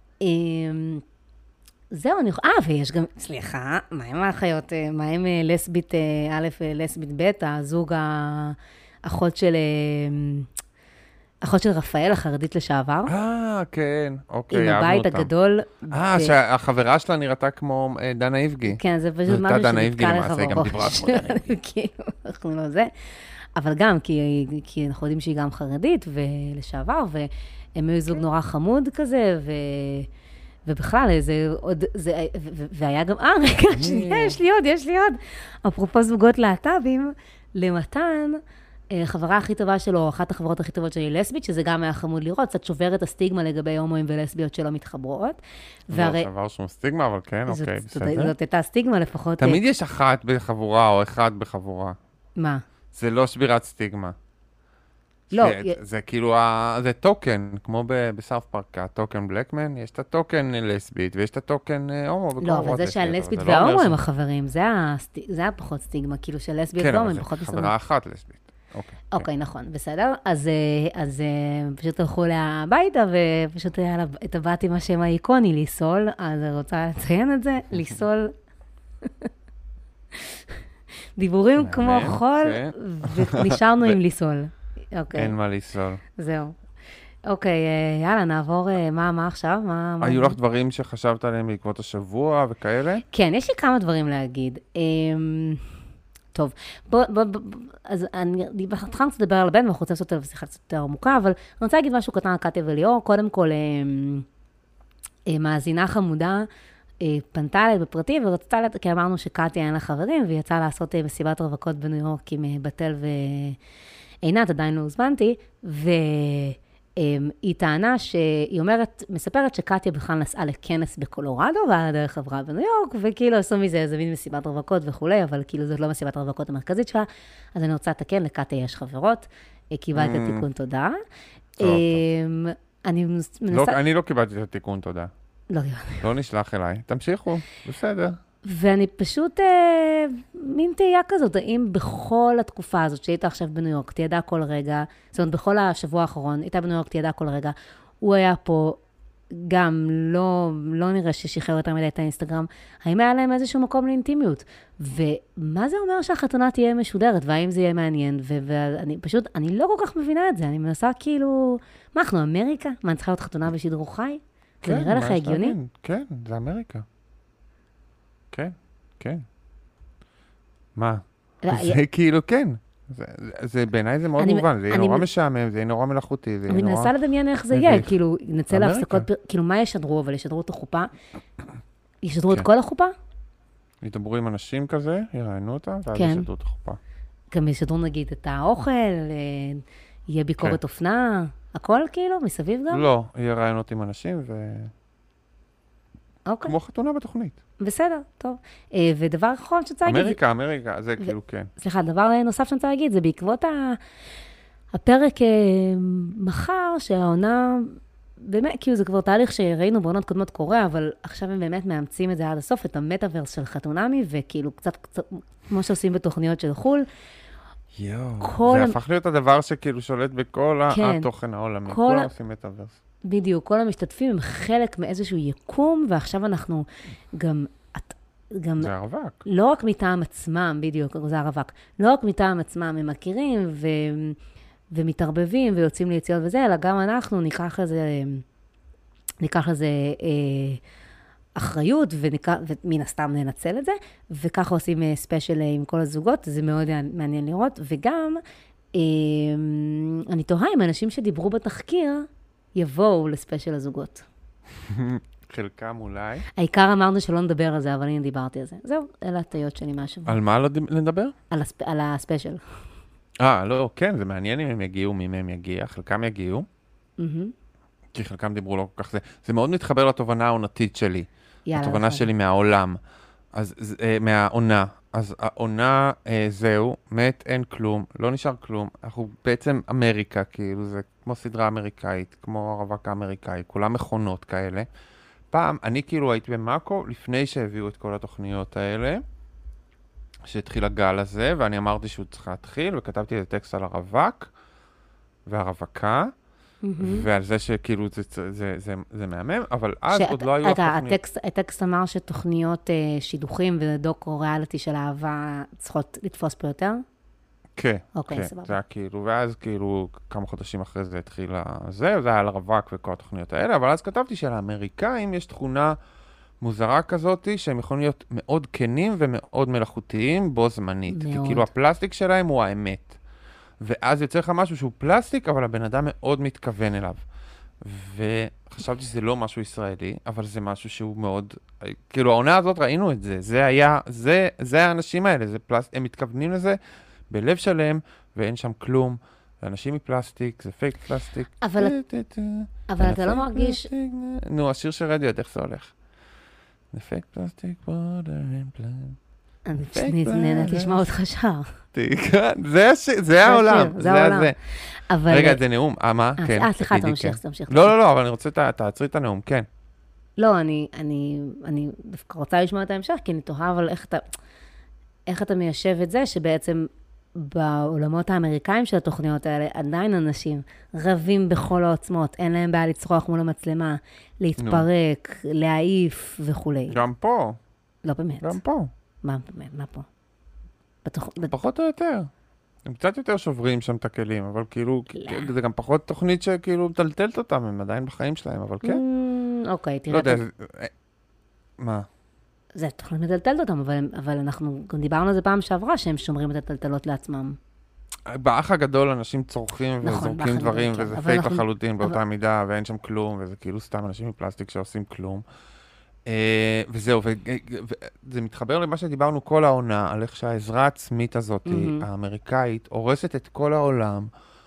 זהו, אני יכולה... אה, ויש גם... סליחה, מה עם האחיות? מה עם לסבית א', לסבית ב', הזוג האחות של... אחות של רפאל, החרדית לשעבר. אה, כן. אוקיי, עם הבית הגדול. אה, שהחברה שלה נראתה כמו דנה איבגי. כן, זה פשוט משהו שנתקע לך בראש. היא גם דיברה כמו דנה איבגי. כאילו, אנחנו לא זה. אבל גם, כי אנחנו יודעים שהיא גם חרדית ולשעבר, והם היו זוג נורא חמוד כזה, ובכלל, זה עוד, והיה גם, אה, רגע, שנייה, יש לי עוד, יש לי עוד. אפרופו זוגות להט"בים, למתן, חברה הכי טובה שלו, אחת החברות הכי טובות שלי, לסבית, שזה גם היה חמוד לראות, קצת שובר את הסטיגמה לגבי הומואים ולסביות שלא מתחברות. לא שבר שום סטיגמה, אבל כן, אוקיי, בסדר. זאת הייתה סטיגמה לפחות. תמיד יש אחת בחבורה או אחד בחבורה. מה? זה לא שבירת סטיגמה. לא. זה כאילו, זה טוקן, כמו בסאוף פארק, הטוקן בלקמן, יש את הטוקן לסבית, ויש את הטוקן הומו. לא, אבל זה שהלסבית וההומו הם החברים, זה היה פחות סטיגמה, כאילו של לסבית והומו הם פחות מסתגמה. כן, אבל זה חברה אחת לסבית. אוקיי, נכון, בסדר. אז פשוט הלכו להביתה, ופשוט היה את הבת עם השם האיקוני, ליסול, אז אני רוצה לציין את זה, ליסול. דיבורים כמו חול, ונשארנו עם ליסול. אין מה ליסול. זהו. אוקיי, יאללה, נעבור, מה עכשיו? היו לך דברים שחשבת עליהם בעקבות השבוע וכאלה? כן, יש לי כמה דברים להגיד. טוב, בוא, בוא, בוא, אז אני התחלנו קצת לדבר על הבן, ואנחנו רוצים לעשות עליו שיחה קצת יותר עמוקה, אבל אני רוצה להגיד משהו קטן על קטיה וליאור. קודם כל, מאזינה חמודה פנתה עליה בפרטי, ורצתה, כי אמרנו שקטיה אין לה חברים, והיא יצאה לעשות מסיבת רווקות בניו יורק עם בתל ועינת, עדיין לא הוזמנתי, והיא טענה שהיא אומרת, מספרת שקטיה בכלל נסעה לכנס בקולורדו, ועל הדרך חברה בניו יורק, וכאילו עשו מזה איזה מין מסיבת רווקות וכולי, אבל כאילו זאת לא מסיבת הרווקות המרכזית שלה, אז אני רוצה לתקן, לקטיה יש חברות, קיבלת את התיקון תודה. אני לא קיבלתי את התיקון תודה. לא קיבלתי. לא נשלח אליי, תמשיכו, בסדר. ואני פשוט, אה, מין תהייה כזאת, האם בכל התקופה הזאת שהיית עכשיו בניו יורק, תידע כל רגע, זאת אומרת, בכל השבוע האחרון, היית בניו יורק, תידע כל רגע, הוא היה פה, גם לא, לא נראה ששחרר יותר מדי את האינסטגרם, האם היה להם איזשהו מקום לאינטימיות? ומה זה אומר שהחתונה תהיה משודרת, והאם זה יהיה מעניין? ו- ואני פשוט, אני לא כל כך מבינה את זה, אני מנסה כאילו, מה, אנחנו אמריקה? מה, אני צריכה להיות חתונה בשידור חי? זה נראה לך הגיוני? כן, זה אמריקה. כן, כן. מה? זה כאילו כן. זה, זה, בעיניי זה מאוד אני- מובן, זה יהיה אני- נורא משעמם, זה יהיה נורא מלאכותי, זה יהיה אני נורא... מנסה לדמיין איך זה מביך. יהיה, כאילו, נצא אמריקה. להפסקות, פר- כאילו, מה ישדרו, אבל ישדרו את החופה? ישדרו את כן. כל החופה? ידברו עם אנשים כזה, יראיינו אותם, ואז כן. ישדרו את החופה. גם ישדרו נגיד את האוכל, אה, יהיה ביקורת כן. אופנה, הכל כאילו, מסביב גם? לא, יהיה ראיונות עם אנשים, ו... אוקיי, כמו חתונה בתוכנית. בסדר, טוב. אה, ודבר אחרון שרצה להגיד, אמריקה, אמריקה, זה כאילו כן. סליחה, דבר נוסף שאני רוצה להגיד, זה בעקבות ה... הפרק אה, מחר, שהעונה, באמת, כאילו זה כבר תהליך שראינו בעונות קודמות קורה, אבל עכשיו הם באמת מאמצים את זה עד הסוף, את המטאברס של חתונמי, וכאילו קצת, קצת, כמו שעושים בתוכניות של חו"ל, יואו, כל זה המ- הפך להיות הדבר שכאילו שולט בכל ה- כן. התוכן העולמי. כל כולם ה- עושים מטאברס. בדיוק, כל המשתתפים הם חלק מאיזשהו יקום, ועכשיו אנחנו גם, את- גם זה הרווק. לא רק מטעם עצמם, בדיוק, זה הרווק, לא רק מטעם עצמם הם מכירים ו... ומתערבבים ויוצאים ליציאות וזה, אלא גם אנחנו ניקח לזה, ניקח לזה אה, אחריות, וניקח, ומן הסתם ננצל את זה, וככה עושים אה, ספיישל אה, עם כל הזוגות, זה מאוד מעניין לראות, וגם אה, אני תוהה אם אנשים שדיברו בתחקיר, יבואו לספיישל הזוגות. חלקם אולי. העיקר אמרנו שלא נדבר על זה, אבל הנה דיברתי על זה. זהו, אלה הטעיות שלי מהשבוע. על מה לא ד- לדבר? על, הספ... על הספיישל. אה, לא, כן, זה מעניין אם הם יגיעו, מי מהם יגיע. חלקם יגיעו, מהמם. כי חלקם דיברו לא כל כך זה. זה מאוד מתחבר לתובנה העונתית שלי. יאללה. התובנה נכון. שלי מהעולם. אז, ז- אה, מהעונה. אז העונה, אה, זהו, מת, אין כלום, לא נשאר כלום. אנחנו בעצם אמריקה, כאילו, זה כמו סדרה אמריקאית, כמו הרווק האמריקאי, כולם מכונות כאלה. פעם, אני כאילו הייתי במאקו, לפני שהביאו את כל התוכניות האלה, שהתחיל הגל הזה, ואני אמרתי שהוא צריך להתחיל, וכתבתי איזה טקסט על הרווק, והרווקה, מהמם. ועל זה שכאילו זה, זה, זה, זה, זה מהמם, אבל אז שאת- עוד לא היו רגע, התוכניות. הטקסט, הטקסט אמר שתוכניות אה, שידוכים ודוקו ריאליטי של אהבה צריכות לתפוס פה יותר? כן, אוקיי, כן, סבבה. זה היה כאילו, ואז כאילו כמה חודשים אחרי זה התחיל זה, זה היה על הרווק וכל התוכניות האלה, אבל אז כתבתי שלאמריקאים יש תכונה מוזרה כזאת, שהם יכולים להיות מאוד כנים ומאוד מלאכותיים בו זמנית. כי מאוד. כאילו הפלסטיק שלהם הוא האמת. ואז יוצא לך משהו שהוא פלסטיק, אבל הבן אדם מאוד מתכוון אליו. וחשבתי שזה לא משהו ישראלי, אבל זה משהו שהוא מאוד... כאילו העונה הזאת ראינו את זה, זה היה, זה, זה האנשים האלה, זה פלסטיק, הם מתכוונים לזה בלב שלם, ואין שם כלום. זה אנשים מפלסטיק, זה פייק פלסטיק. אבל אבל אתה לא פייק מרגיש... פלסטיק, נו, השיר של רדיו, איך זה הולך? The fake plastic border implant. אני פייק פשוט נהנית פלסטיק. לשמוע אותך שר. זה הש- זה העולם, השיר, זה זה העולם. הזה. אבל... רגע, זה נאום, אה, מה? אה, כן. אה, סליחה, תגידי, תמשיך, כן. תמשיך. לא, לא, לא, אבל אני רוצה, ת- תעצרי את הנאום, כן. לא, אני, אני, אני דווקא רוצה לשמוע את ההמשך, כי אני תוהה, אבל איך אתה, איך אתה מיישב את זה, שבעצם בעולמות האמריקאים של התוכניות האלה, עדיין אנשים רבים בכל העוצמות, אין להם בעיה לצרוח מול המצלמה, להתפרק, להעיף וכולי. גם פה, לא באמת. גם פה. מה באמת, מה פה? בתוך... בת- פחות או יותר. הם קצת יותר שוברים שם את הכלים, אבל כאילו, לא. זה גם פחות תוכנית שכאילו מטלטלת אותם, הם עדיין בחיים שלהם, אבל כן. Mm, אוקיי, לא תראה, יודע, אתה- זה- אה, מה? זה תוכנית מטלטלת אותם, אבל, אבל אנחנו גם דיברנו על זה פעם שעברה, שהם שומרים את הטלטלות לעצמם. באח הגדול אנשים צורכים נכון, וזורקים באח הגדול, דברים, כן, וזה אבל פייק אנחנו- לחלוטין באותה אבל- מידה, ואין שם כלום, וזה כאילו סתם אנשים מפלסטיק שעושים כלום. אה, וזהו, וזה מתחבר למה שדיברנו כל העונה, על איך שהעזרה העצמית הזאת, מהמם. האמריקאית, הורסת את כל העולם.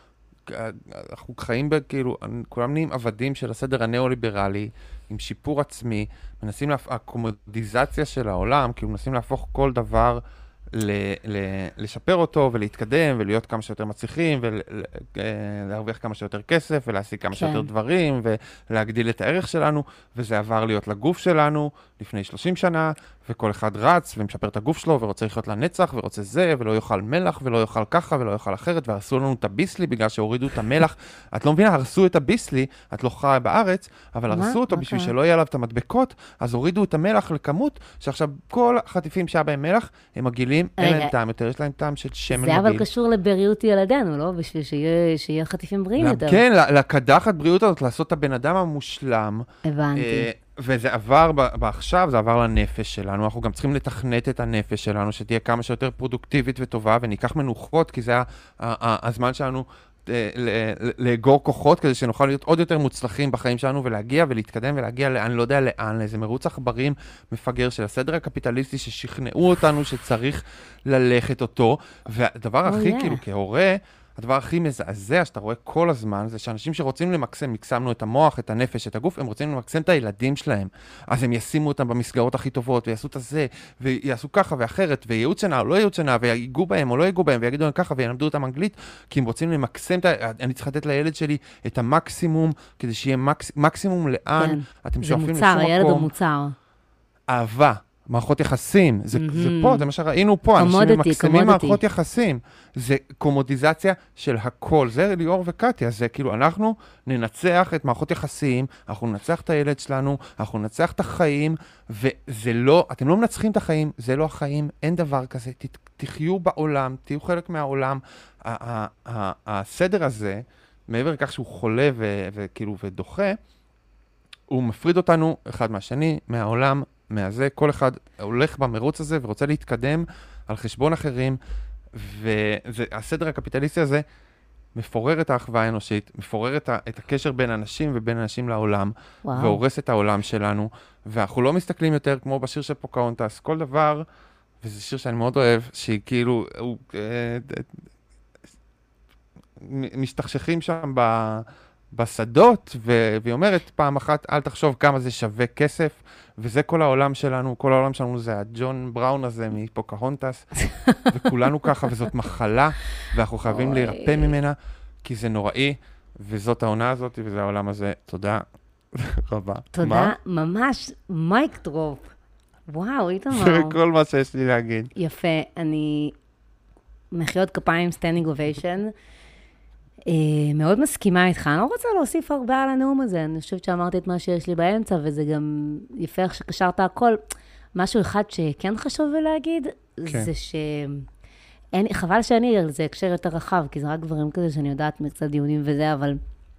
אנחנו חיים בכאילו, כולם נהיים עבדים של הסדר הנאו-ליברלי, עם שיפור עצמי, מנסים, להפ... הקומודיזציה של העולם, כאילו מנסים להפוך כל דבר, ל... ל... לשפר אותו ולהתקדם, ולהיות כמה שיותר מצליחים, ולהרוויח כמה שיותר כסף, ולהשיג כמה כן. שיותר דברים, ולהגדיל את הערך שלנו, וזה עבר להיות לגוף שלנו לפני שלושים שנה, וכל אחד רץ ומשפר את הגוף שלו, ורוצה לחיות לנצח, ורוצה זה, ולא יאכל מלח, ולא יאכל ככה, ולא יאכל אחרת, והרסו לנו את הביסלי בגלל שהורידו את המלח. את לא מבינה, הרסו את הביסלי, את לא חיה בארץ, אבל מה? הרסו אותו מה בשביל קרה? שלא יהיה עליו את המדבקות, אז הורידו את המלח לכמות, שעכשיו כל החטיפים שהיה בהם מלח, הם מגעילים, אין רגע. להם טעם יותר, יש להם טעם של שמן זה אבל מגעיל. קשור לבריאות ילדינו, לא? בשביל שיהיה, שיהיה חטיפים בריאים יותר. כן, לקדחת בריאות הזאת, לעשות את הבן אדם המושלם, הבנתי. אה, וזה עבר, בעכשיו זה עבר לנפש שלנו, אנחנו גם צריכים לתכנת את הנפש שלנו, שתהיה כמה שיותר פרודוקטיבית וטובה, וניקח מנוחות, כי זה הזמן שלנו לאגור כוחות, כדי שנוכל להיות עוד יותר מוצלחים בחיים שלנו, ולהגיע ולהתקדם ולהגיע לאן, לא יודע לאן, לאיזה מרוץ עכברים מפגר של הסדר הקפיטליסטי, ששכנעו אותנו שצריך ללכת אותו, והדבר הכי כאילו כהורה, הדבר הכי מזעזע שאתה רואה כל הזמן, זה שאנשים שרוצים למקסם, מקסמנו את המוח, את הנפש, את הגוף, הם רוצים למקסם את הילדים שלהם. אז הם ישימו אותם במסגרות הכי טובות, ויעשו את הזה, ויעשו ככה ואחרת, וייעוץ שינה או לא ייעוץ שינה, ויגעו בהם או לא יגעו בהם, ויגידו להם ככה, וילמדו אותם אנגלית, כי הם רוצים למקסם את ה... אני צריך לתת לילד שלי את המקסימום, כדי שיהיה מקס... מקסימום לאן כן. אתם שואפים לשום מוצר, מקום. הילד הוא מוצר. אהבה. מערכות יחסים, זה, Mm-hmm. זה פה, זה מה שראינו פה, קומודיטי, אנשים ממקסמים קומודיטי. מערכות יחסים, זה קומודיזציה של הכל, זה ליאור וקטיה, זה כאילו אנחנו ננצח את מערכות יחסים, אנחנו ננצח את הילד שלנו, אנחנו ננצח את החיים, וזה לא, אתם לא מנצחים את החיים, זה לא החיים, אין דבר כזה, ת, תחיו בעולם, תהיו חלק מהעולם, הסדר הזה, מעבר לכך שהוא חולה ו, וכאילו ודוחה, הוא מפריד אותנו אחד מהשני, מהעולם, מהזה, כל אחד הולך במרוץ הזה ורוצה להתקדם על חשבון אחרים, והסדר הקפיטליסטי הזה מפורר את האחווה האנושית, מפורר את, ה, את הקשר בין אנשים ובין אנשים לעולם, וואו. והורס את העולם שלנו, ואנחנו לא מסתכלים יותר כמו בשיר של פוקהונטס, כל דבר, וזה שיר שאני מאוד אוהב, שהיא כאילו, הוא, אה, אה, משתכשכים שם ב... בשדות, ו- והיא אומרת פעם אחת, אל תחשוב כמה זה שווה כסף, וזה כל העולם שלנו, כל העולם שלנו זה הג'ון בראון הזה מפוקהונטס, וכולנו ככה, וזאת מחלה, ואנחנו חייבים להירפא ממנה, כי זה נוראי, וזאת העונה הזאת, וזה העולם הזה. תודה רבה. תודה, ממש מייק דרופ. וואו, איתמר. זה כל מה שיש לי להגיד. יפה, אני מחיאות כפיים, סטנדינג אוביישן, Uh, מאוד מסכימה איתך, אני לא רוצה להוסיף הרבה על הנאום הזה, אני חושבת שאמרתי את מה שיש לי באמצע, וזה גם יפה איך שקשרת הכל. משהו אחד שכן חשוב להגיד, כן. זה ש... אין, חבל שאני על זה הקשר יותר רחב, כי זה רק דברים כזה שאני יודעת מקצת דיונים וזה, אבל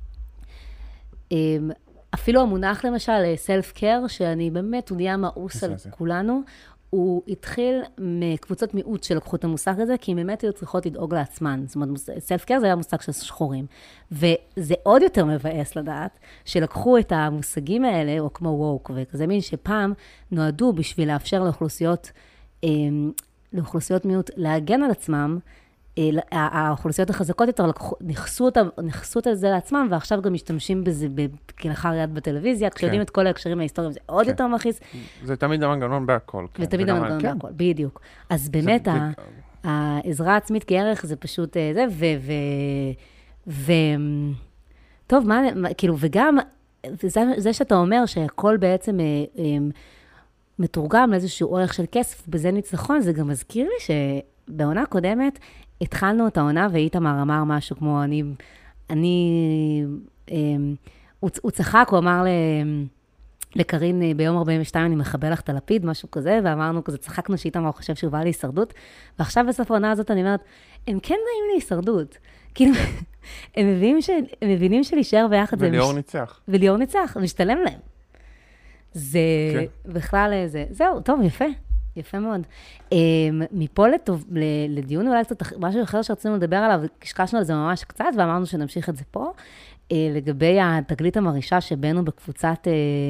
um, אפילו המונח למשל, סלף-קר, שאני באמת, הוא נהיה מאוס על כולנו, הוא התחיל מקבוצות מיעוט שלקחו את המושג הזה, כי הם באמת היו צריכות לדאוג לעצמן. זאת אומרת, סלף-קר זה היה מושג של שחורים. וזה עוד יותר מבאס לדעת, שלקחו את המושגים האלה, או כמו ווק, וכזה מין שפעם נועדו בשביל לאפשר לאוכלוסיות, לאוכלוסיות מיעוט להגן על עצמם, האוכלוסיות החזקות יותר נכסו את זה לעצמם, ועכשיו גם משתמשים בזה כלאחר יד בטלוויזיה, כשיודעים את כל ההקשרים ההיסטוריים, זה עוד יותר מכעיס. זה תמיד המנגנון בהכל. ותמיד המנגנון בהכל, בדיוק. אז באמת, העזרה העצמית כערך זה פשוט זה, ו... טוב, מה, כאילו, וגם, זה שאתה אומר שהכל בעצם מתורגם לאיזשהו ערך של כסף, בזה ניצחון, זה גם מזכיר לי שבעונה הקודמת, התחלנו את העונה, ואיתמר אמר משהו כמו, אני, אני, הוא, הוא צחק, הוא אמר לקרין ביום ארבעים ושתיים, אני מחבל לך את הלפיד, משהו כזה, ואמרנו כזה, צחקנו שאיתמר חושב שהוא בא להישרדות, ועכשיו בסוף העונה הזאת אני אומרת, הם כן באים להישרדות, כאילו, הם מבינים, ש, הם מבינים שלהישאר ביחד, וליאור ניצח. וליאור ניצח, משתלם להם. זה בכלל זה, זהו, טוב, יפה. יפה מאוד. מפה לטוב, לדיון אולי קצת משהו אחר שרצינו לדבר עליו, קשקשנו על זה ממש קצת, ואמרנו שנמשיך את זה פה, לגבי התגלית המרישה שבנו בקבוצת,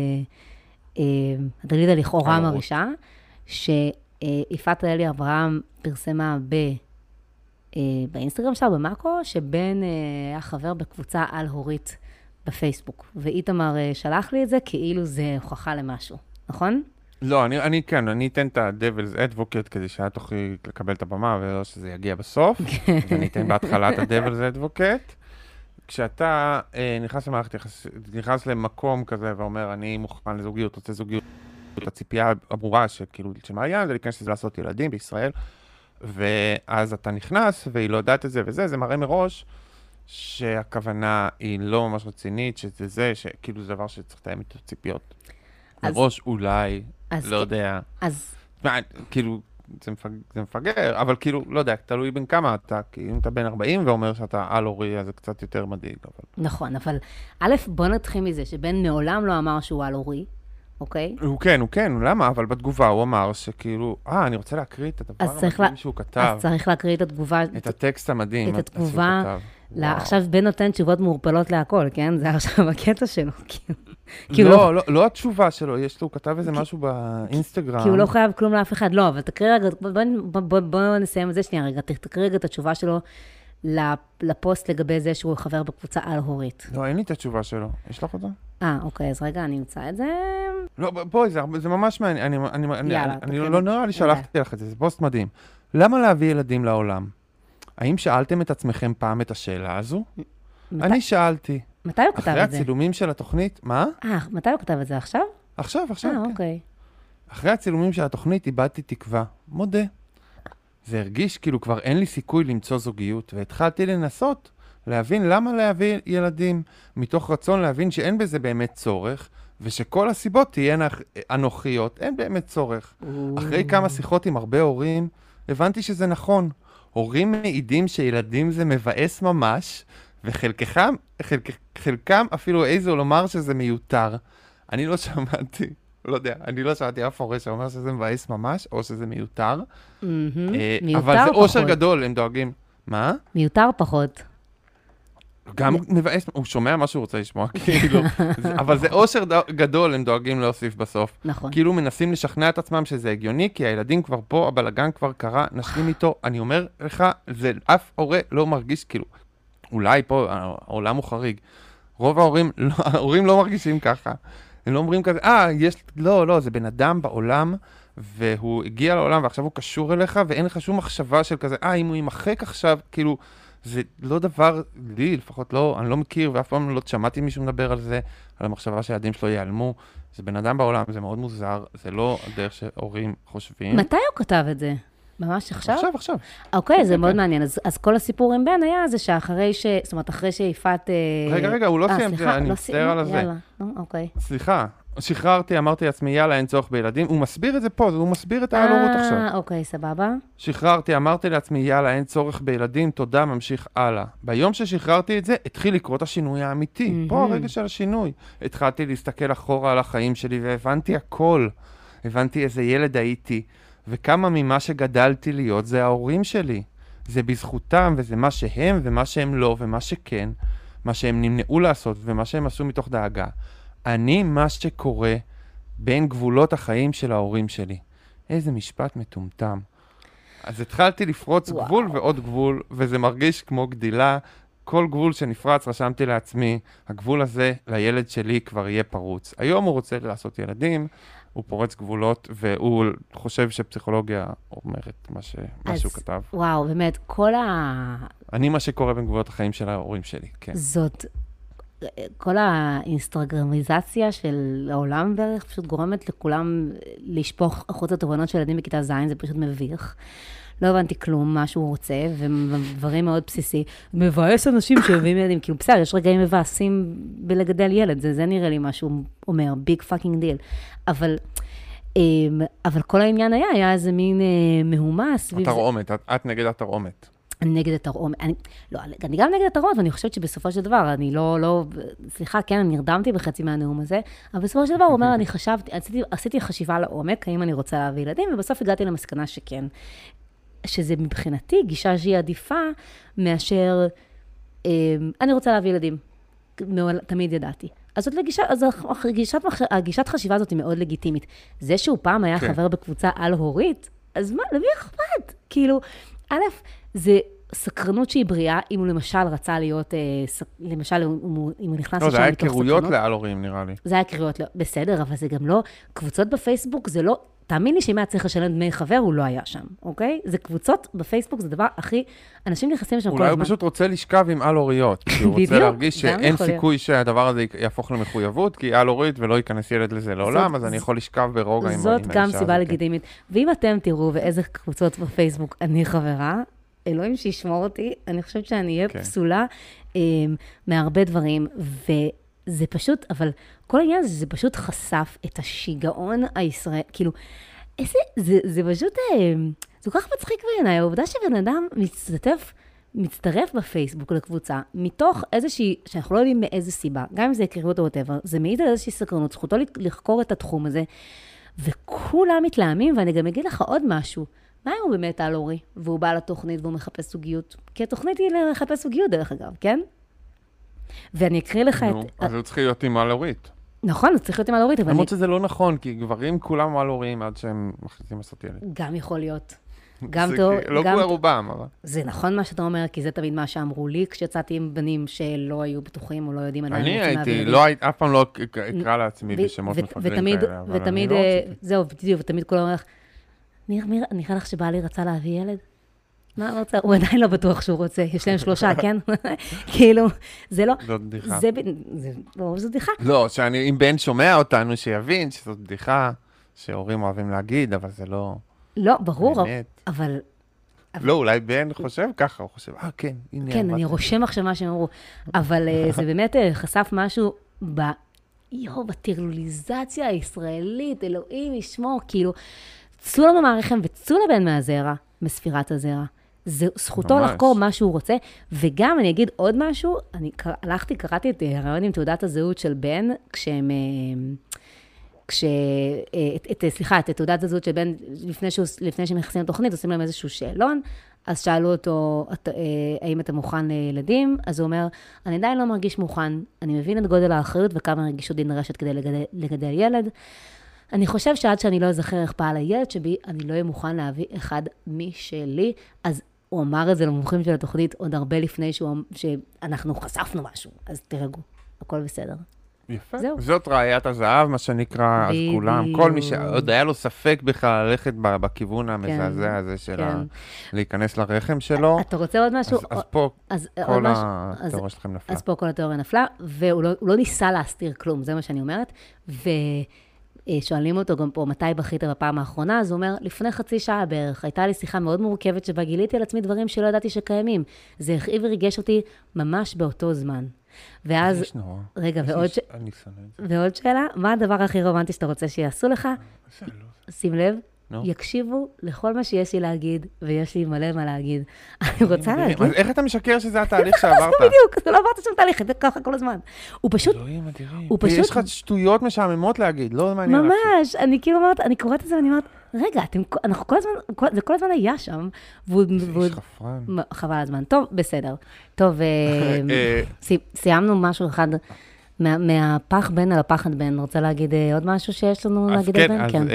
התגלית הלכאורה המרישה, שיפעת אלי אברהם פרסמה באינסטגרם שלה, במאקו, שבן היה חבר בקבוצה על-הורית בפייסבוק, ואיתמר שלח לי את זה כאילו זה הוכחה למשהו, נכון? לא, אני, אני כן, אני אתן את ה-Devil's Advocate כדי שאת תוכלי לקבל את הבמה, ולא שזה יגיע בסוף. אני אתן בהתחלה את ה-Devil's Advocate. כשאתה אה, נכנס למערכת יחס, נכנס למקום כזה ואומר, אני מוכן לזוגיות, רוצה זוגיות, הציפייה הברורה שכאילו, שמעיין, זה להיכנס לזה לעשות ילדים בישראל, ואז אתה נכנס, והיא לא יודעת את זה וזה, זה מראה מראש שהכוונה היא לא ממש רצינית, שזה זה, שכאילו זה דבר שצריך לתאם איתו ציפיות. מראש אולי, לא יודע. אז... כאילו, זה מפגר, אבל כאילו, לא יודע, תלוי בין כמה אתה, כי אם אתה בן ארבעים ואומר שאתה על-הורי, אז זה קצת יותר מדאיג. נכון, אבל א', בוא נתחיל מזה, שבן מעולם לא אמר שהוא על-הורי, אוקיי? הוא כן, הוא כן, למה? אבל בתגובה הוא אמר שכאילו, אה, אני רוצה להקריא את הדבר המדהים שהוא כתב. אז צריך להקריא את התגובה. את הטקסט המדהים. את התגובה. עכשיו בן נותן תשובות מעורפלות להכל, כן? זה עכשיו הקטע שלו. לא, לא התשובה שלו, יש לו, הוא כתב איזה משהו באינסטגרם. כי הוא לא חייב כלום לאף אחד, לא, אבל תקריא רגע, בואו נסיים את זה שנייה רגע, תקריא רגע את התשובה שלו לפוסט לגבי זה שהוא חבר בקבוצה על-הורית. לא, אין לי את התשובה שלו, יש לך אותה? אה, אוקיי, אז רגע, אני אמצא את זה. לא, בואי, זה ממש מעניין, אני לא נראה לי שלחתי לך את זה, זה פוסט מדהים. למה להביא ילדים לעולם? האם שאלתם את עצמכם פעם את השאלה הזו? אני שאלתי. מתי הוא כתב את זה? אחרי הצילומים של התוכנית, מה? אה, מתי הוא כתב את זה? עכשיו? עכשיו, עכשיו, כן. אה, אוקיי. אחרי הצילומים של התוכנית איבדתי תקווה, מודה. זה הרגיש כאילו כבר אין לי סיכוי למצוא זוגיות, והתחלתי לנסות להבין למה להביא ילדים, מתוך רצון להבין שאין בזה באמת צורך, ושכל הסיבות תהיינה אנוכיות, אין באמת צורך. אחרי כמה שיחות עם הרבה הורים, הבנתי שזה נכון. הורים מעידים שילדים זה מבאס ממש, וחלקם חלק, חלקם אפילו איזו לומר שזה מיותר. אני לא שמעתי, לא יודע, אני לא שמעתי אף הורה שאומר שזה מבאס ממש, או שזה מיותר. Mm-hmm. אה, מיותר אבל זה פחות. אושר גדול, הם דואגים. מה? מיותר פחות. גם מבאס, הוא שומע מה שהוא רוצה לשמוע, כאילו, אבל זה אושר גדול, הם דואגים להוסיף בסוף. נכון. כאילו מנסים לשכנע את עצמם שזה הגיוני, כי הילדים כבר פה, הבלגן כבר קרה, נשלים איתו. אני אומר לך, זה אף הורה לא מרגיש, כאילו, אולי פה, העולם הוא חריג. רוב ההורים, לא, ההורים לא מרגישים ככה. הם לא אומרים כזה, אה, יש, לא, לא, זה בן אדם בעולם, והוא הגיע לעולם, ועכשיו הוא קשור אליך, ואין לך שום מחשבה של כזה, אה, אם הוא ימחק עכשיו, כאילו, זה לא דבר, לי לפחות לא, אני לא מכיר, ואף פעם לא שמעתי מישהו מדבר על זה, על המחשבה שהילדים שלו ייעלמו. זה בן אדם בעולם, זה מאוד מוזר, זה לא הדרך שהורים חושבים. מתי הוא כתב את זה? ממש עכשיו? עכשיו, עכשיו. אוקיי, זה מאוד מעניין. אז, אז כל הסיפור עם בן היה זה שאחרי ש... זאת אומרת, אחרי שיפת... רגע, רגע, הוא לא סיים, אני מצטער על זה. יאללה, אוקיי. סליחה, שחררתי, אמרתי לעצמי, יאללה, אין צורך בילדים. הוא מסביר את זה פה, הוא מסביר את ההלורות עכשיו. אה, אוקיי, סבבה. שחררתי, אמרתי לעצמי, יאללה, אין צורך בילדים, תודה, ממשיך הלאה. ביום ששחררתי את זה, התחיל לקרות השינוי האמיתי. פה הרגע של השינוי. התחלתי להסתכל אחורה על החיים שלי, והבנתי הכל. הבנתי איזה ילד הייתי. וכמה ממה שגדלתי להיות זה ההורים שלי. זה בזכותם, וזה מה שהם ומה שהם לא, ומה שכן, מה שהם נמנעו לעשות, ומה שהם עשו מתוך דאגה. אני מה שקורה בין גבולות החיים של ההורים שלי. איזה משפט מטומטם. אז התחלתי לפרוץ וואו. גבול ועוד גבול, וזה מרגיש כמו גדילה. כל גבול שנפרץ רשמתי לעצמי, הגבול הזה לילד שלי כבר יהיה פרוץ. היום הוא רוצה לעשות ילדים, הוא פורץ גבולות, והוא חושב שפסיכולוגיה אומרת מה, ש... מה שהוא כתב. וואו, באמת, כל ה... אני מה שקורה בין גבולות החיים של ההורים שלי, כן. זאת, כל האינסטגרמיזציה של העולם בערך, פשוט גורמת לכולם לשפוך החוצה תובנות של ילדים בכיתה ז', זה פשוט מביך. לא הבנתי כלום, מה שהוא רוצה, ודברים מאוד בסיסי. מבאס אנשים שאוהבים ילדים, כאילו בסדר, יש רגעים מבאסים בלגדל ילד, זה, זה נראה לי מה שהוא אומר, ביג פאקינג דיל. אבל, אבל כל העניין היה, היה איזה מין מהומה סביב זה. התרעומת, את, את נגד התרעומת. אני נגד התרעומת, אני, לא, אני גם נגד התרעומת, ואני חושבת שבסופו של דבר, אני לא, לא, סליחה, כן, אני נרדמתי בחצי מהנאום הזה, אבל בסופו של דבר הוא אומר, אני חשבתי, עשיתי, עשיתי חשיבה לעומק, האם אני רוצה להביא ילדים, ובסוף הגעתי למסקנה שכן. שזה מבחינתי גישה שהיא עדיפה מאשר, אה, אני רוצה להביא ילדים, תמיד ידעתי. אז זאת לגישה, אז הגישת, הגישת חשיבה הזאת היא מאוד לגיטימית. זה שהוא פעם היה חבר בקבוצה על-הורית, אז מה, למי אכפת? כאילו, א', זה סקרנות שהיא בריאה, אם הוא למשל רצה להיות, למשל, אם הוא נכנס לשם מתוך סקרנות. לא, זה היה קריאויות לעל-הורים, נראה לי. זה היה קריאויות, בסדר, אבל זה גם לא, קבוצות בפייסבוק זה לא, תאמין לי שאם היה צריך לשלם דמי חבר, הוא לא היה שם, אוקיי? זה קבוצות בפייסבוק, זה דבר הכי... אנשים נכנסים לשם כל הזמן. אולי הוא פשוט רוצה לשכב עם על-הוריות. כי הוא רוצה להרגיש שאין סיכוי שהדבר הזה יהפוך למחויבות, כי על-הורית ולא ייכנס ילד לזה לעולם, אז אני יכול לשכב ברוגע עם האישה הזאת. זאת גם סיבה לגיטימית. ואם אתם תראו באיזה קבוצות בפייסבוק אני חברה, אלוהים שישמור אותי, אני חושבת שאני אהיה פסולה מהרבה דברים, ו... זה פשוט, אבל כל העניין הזה, זה פשוט חשף את השיגעון הישראל, כאילו, איזה, זה, זה פשוט, זה כל כך מצחיק בעיניי, העובדה שבן אדם משתתף מצטרף בפייסבוק לקבוצה, מתוך איזושהי, שאנחנו לא יודעים מאיזה סיבה, גם אם זה הכירות או whatever, זה מעיד על איזושהי סקרנות, זכותו לחקור את התחום הזה, וכולם מתלהמים, ואני גם אגיד לך עוד משהו, מה אם הוא באמת על אורי, והוא בא לתוכנית והוא מחפש סוגיות? כי התוכנית היא לחפש סוגיות דרך אגב, כן? ואני אקריא לך את... נו, אז הוא צריך להיות עם על אורית. נכון, הוא צריך להיות עם על אורית, אבל... למרות שזה לא נכון, כי גברים כולם על אורים עד שהם מחליטים לעשות ילד. גם יכול להיות. גם טוב... לא כולה רובם, אבל... זה נכון מה שאתה אומר, כי זה תמיד מה שאמרו לי, כשיצאתי עם בנים שלא היו בטוחים או לא יודעים עדיין רוצים להביא ילדים. אני הייתי, אף פעם לא אקרא לעצמי בשמות מפגרים כאלה, אבל אני לא רציתי. זהו, בדיוק, ותמיד כולם אומר לך, ניר, ניר, נראה לך שבא לי רצה להביא ילד? מה רוצה? הוא עדיין לא בטוח שהוא רוצה, יש להם שלושה, כן? כאילו, זה לא... זאת בדיחה. זו בדיחה. לא, אם בן שומע אותנו, שיבין שזאת בדיחה, שהורים אוהבים להגיד, אבל זה לא... לא, ברור, אבל... לא, אולי בן חושב ככה, הוא חושב, אה, כן, הנה... כן, אני רושם עכשיו מה שהם אמרו, אבל זה באמת חשף משהו ב... יו, בטרלוליזציה הישראלית, אלוהים ישמור, כאילו, צאו לו במערכם וצאו לבן מהזרע, מספירת הזרע. זה זכותו לחקור מה שהוא רוצה, וגם אני אגיד עוד משהו, אני הלכתי, קראתי את הרעיון עם תעודת הזהות של בן, כשהם... כש... את, סליחה, את תעודת הזהות של בן, לפני, שהוא, לפני שהם נכנסים לתוכנית, עושים להם איזשהו שאלון, אז שאלו אותו, האם אתה מוכן לילדים? אז הוא אומר, אני עדיין לא מרגיש מוכן, אני מבין את גודל האחריות וכמה רגישות דין רשת כדי לגדל, לגדל ילד. אני חושב שעד שאני לא אזכר איך פעל הילד שבי, אני לא אהיה מוכן להביא אחד משלי. אז הוא אמר את זה למומחים של התוכנית עוד הרבה לפני שהוא, שאנחנו חשפנו משהו. אז תרגעו, הכל בסדר. יפה. זהו. זאת ראיית הזהב, מה שנקרא, אז כולם, כל מי שעוד היה לו ספק בכלל ללכת בכיוון המזעזע הזה של להיכנס לרחם שלו. אתה רוצה עוד משהו? אז פה כל התיאוריה שלכם נפלה. אז פה כל התיאוריה נפלה, והוא לא ניסה להסתיר כלום, זה מה שאני אומרת. ושואלים אותו גם פה, מתי בכית בפעם האחרונה? אז הוא אומר, לפני חצי שעה בערך, הייתה לי שיחה מאוד מורכבת שבה גיליתי על עצמי דברים שלא ידעתי שקיימים. זה הכאיב וריגש אותי ממש באותו זמן. ואז, רגע, ועוד, ש... ועוד שאלה, מה הדבר הכי רומנטי שאתה רוצה שיעשו לך? שים לב, no. יקשיבו לכל מה שיש לי להגיד, ויש לי מלא מה להגיד. אני רוצה להגיד... אז איך אתה משקר שזה התהליך שעברת? בדיוק, זה לא עברת שום תהליך, זה ככה כל הזמן. הוא פשוט... אלוהים אדירים. יש לך שטויות משעממות להגיד, לא מעניין. ממש, אני כאילו אומרת, אני קוראת את זה ואני אומרת, רגע, אתם, אנחנו כל הזמן, זה כל הזמן היה שם. איש חפרן. חבל הזמן. טוב, בסדר. טוב, סיימנו משהו אחד מהפח בן על הפחד בן. רוצה להגיד עוד משהו שיש לנו להגיד על בן? כן, אז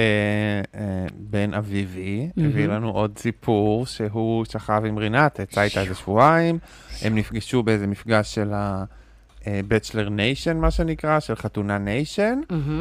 בן אביבי הביא לנו עוד סיפור שהוא שכב עם רינת, יצא איתה איזה שבועיים, הם נפגשו באיזה מפגש של ה... Bachelor Nation, מה שנקרא, של חתונה ניישן,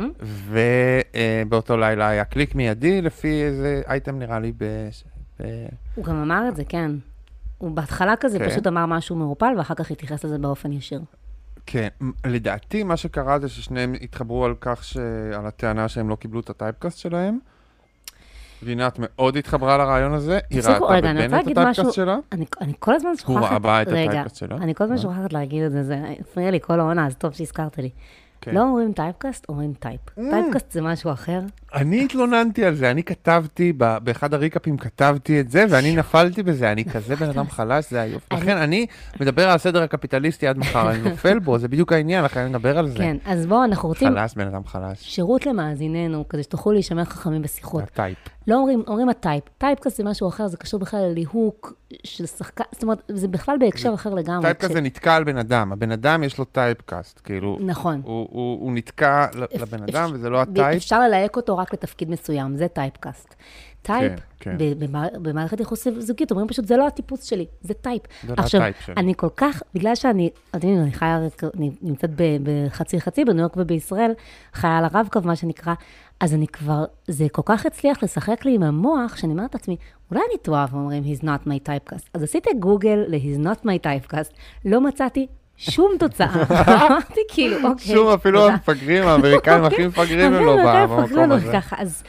ובאותו לילה היה קליק מיידי, לפי איזה אייטם נראה לי ב... הוא גם אמר את זה, כן. הוא בהתחלה כזה פשוט אמר משהו מעורפל, ואחר כך התייחס לזה באופן ישיר. כן, לדעתי מה שקרה זה ששניהם התחברו על כך, על הטענה שהם לא קיבלו את הטייפקאסט שלהם, רינת מאוד התחברה לרעיון הזה, היא ראתה בבן את הטייפקאסט שלה. אני כל הזמן שוכחת... הוא ראה בה את הטייפקאסט שלה. אני כל הזמן שוכחת להגיד את זה, זה הפריע לי כל העונה, אז טוב שהזכרת לי. לא אומרים טייפקאסט, אומרים טייפ. טייפקאסט זה משהו אחר. אני התלוננתי על זה, אני כתבתי, באחד הריקאפים כתבתי את זה, ואני נפלתי בזה, אני כזה בן אדם חלש, זה היופי. לכן אני מדבר על הסדר הקפיטליסטי עד מחר, אני נופל בו, זה בדיוק העניין, לכן אני מדבר על זה. כן, אז בואו, אנחנו רוצים... חלש, בן אדם חלש. שירות למאזיננו, כדי שתוכלו להישמר חכמים בשיחות. הטייפ. לא אומרים, אומרים הטייפ. טייפקאסט זה משהו אחר, זה קשור בכלל לליהוק של שחקן, זאת אומרת, זה בכלל בהקשר אחר לגמרי. טייפקאסט זה נתקע על בן אדם, הבן אדם יש לו טייפקאסט, כאילו, נכון. הוא נתקע לבן אדם, וזה לא הטייפ. אפשר ללהק אותו רק לתפקיד מסוים, זה טייפקאסט. טייפ, במערכת יחוס זוגית, אומרים פשוט, זה לא הטיפוס שלי, זה טייפ. זה לא הטייפ שלי. אני כל כך, בגלל שאני, אני חיה, אני נמצאת בחצי חצי, בניו יורק ובישראל, חיה על הרב-קו, מה שנקרא, אז אני כבר, זה כל כך הצליח לשחק לי עם המוח, שאני אומרת לעצמי, אולי אני טועה, ואומרים, he's not my typecast. אז עשיתי גוגל ל-he's not my typecast, לא מצאתי שום תוצאה. אמרתי כאילו, אוקיי. שום, אפילו המפגרים, האמריקאים הכי מפגרים ולא במקום הזה. אז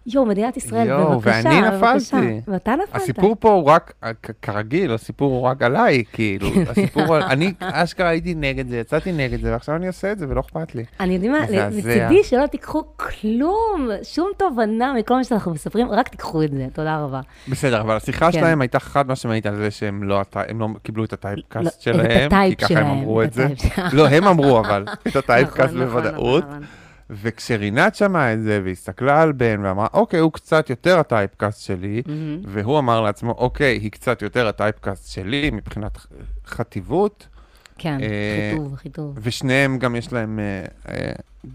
יו, מדינת ישראל, יו, בבקשה, ואני בבקשה. נפלתי. ואתה נפלת. הסיפור פה הוא רק, כ- כרגיל, הסיפור הוא רק עליי, כאילו, הסיפור, אני אשכרה הייתי נגד זה, יצאתי נגד זה, ועכשיו אני עושה את זה ולא אכפת לי. אני יודעת מה, מזעזע. מצידי שלא תיקחו כלום, שום תובנה מכל מה שאנחנו מספרים, רק תיקחו את זה, תודה רבה. בסדר, אבל השיחה כן. שלהם הייתה חד משמעית על זה שהם לא, הטי- הם לא קיבלו את לא, הטייפקאסט את שלהם, הטייפ כי ככה הם שלהם, אמרו את את זה. הטייפ שלהם. לא, הם אמרו אבל, את הטייפקאסט נכון, נכון, בוודאות. נכון, נכון. וכשרינת שמעה את זה, והסתכלה על בן, ואמרה, אוקיי, הוא קצת יותר הטייפקאסט שלי, והוא אמר לעצמו, אוקיי, היא קצת יותר הטייפקאסט שלי, מבחינת ח- חטיבות, כן, אה, חיטוב, חיטוב. ושניהם גם יש להם אה, אה,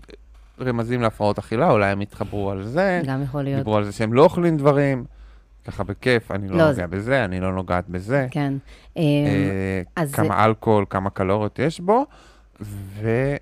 רמזים להפרעות אכילה, אולי הם התחברו על זה, גם יכול להיות. דיברו על זה שהם לא אוכלים דברים, ככה בכיף, אני לא לא, נוגע זה- בזה, אני לא נוגעת בזה, כן. אה, אז זה- כמה אלכוהול, כמה קלוריות יש בו, ו...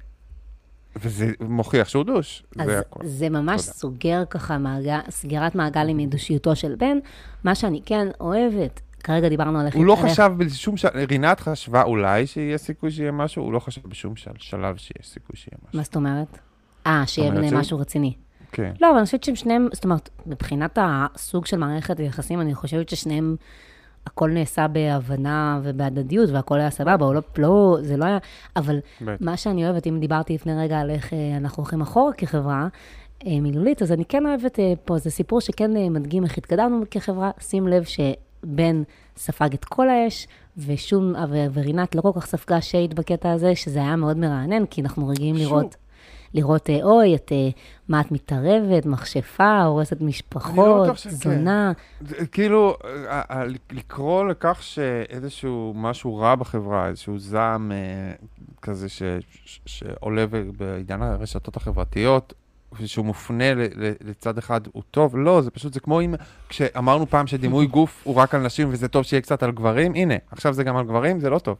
וזה מוכיח שהוא דוש, אז זה הכל. זה ממש תודה. סוגר ככה, מעגל, סגירת מעגל עם דושיותו של בן. מה שאני כן אוהבת, כרגע דיברנו על איך... הוא לא על איך- חשב בשום שלב, רינת חשבה אולי שיהיה סיכוי שיהיה משהו, הוא לא חשב בשום של- שלב שיהיה סיכוי שיהיה משהו. מה זאת אומרת? אה, שיהיה אומרת ביניהם ש- משהו רציני. כן. לא, אבל אני חושבת שהם שניהם, זאת אומרת, מבחינת הסוג של מערכת היחסים, אני חושבת ששניהם, הכל נעשה בהבנה ובהדדיות, והכל היה סבבה, או לא, לא, זה לא היה, אבל בטח. מה שאני אוהבת, אם דיברתי לפני רגע על איך אה, אנחנו הולכים אחורה כחברה, אה, מילולית, אז אני כן אוהבת אה, פה, זה סיפור שכן אה, מדגים איך התקדמנו כחברה, שים לב שבן ספג את כל האש, ושום, ו- ורינת לא כל כך ספגה שייט בקטע הזה, שזה היה מאוד מרענן, כי אנחנו רגילים שוב. לראות, לראות, אה, אוי, את, אה, מה את מתערבת, מכשפה, הורסת משפחות, בטוח שכן. תזונה. זה, כאילו, ה- ה- לקרוא לכך שאיזשהו משהו רע בחברה, איזשהו זעם אה, כזה ש, ש, שעולה ב- בעידן הרשתות החברתיות, ושהוא מופנה ל, ל, לצד אחד הוא טוב, לא, זה פשוט, זה כמו אם, כשאמרנו פעם שדימוי גוף הוא רק על נשים וזה טוב שיהיה קצת על גברים, הנה, עכשיו זה גם על גברים, זה לא טוב.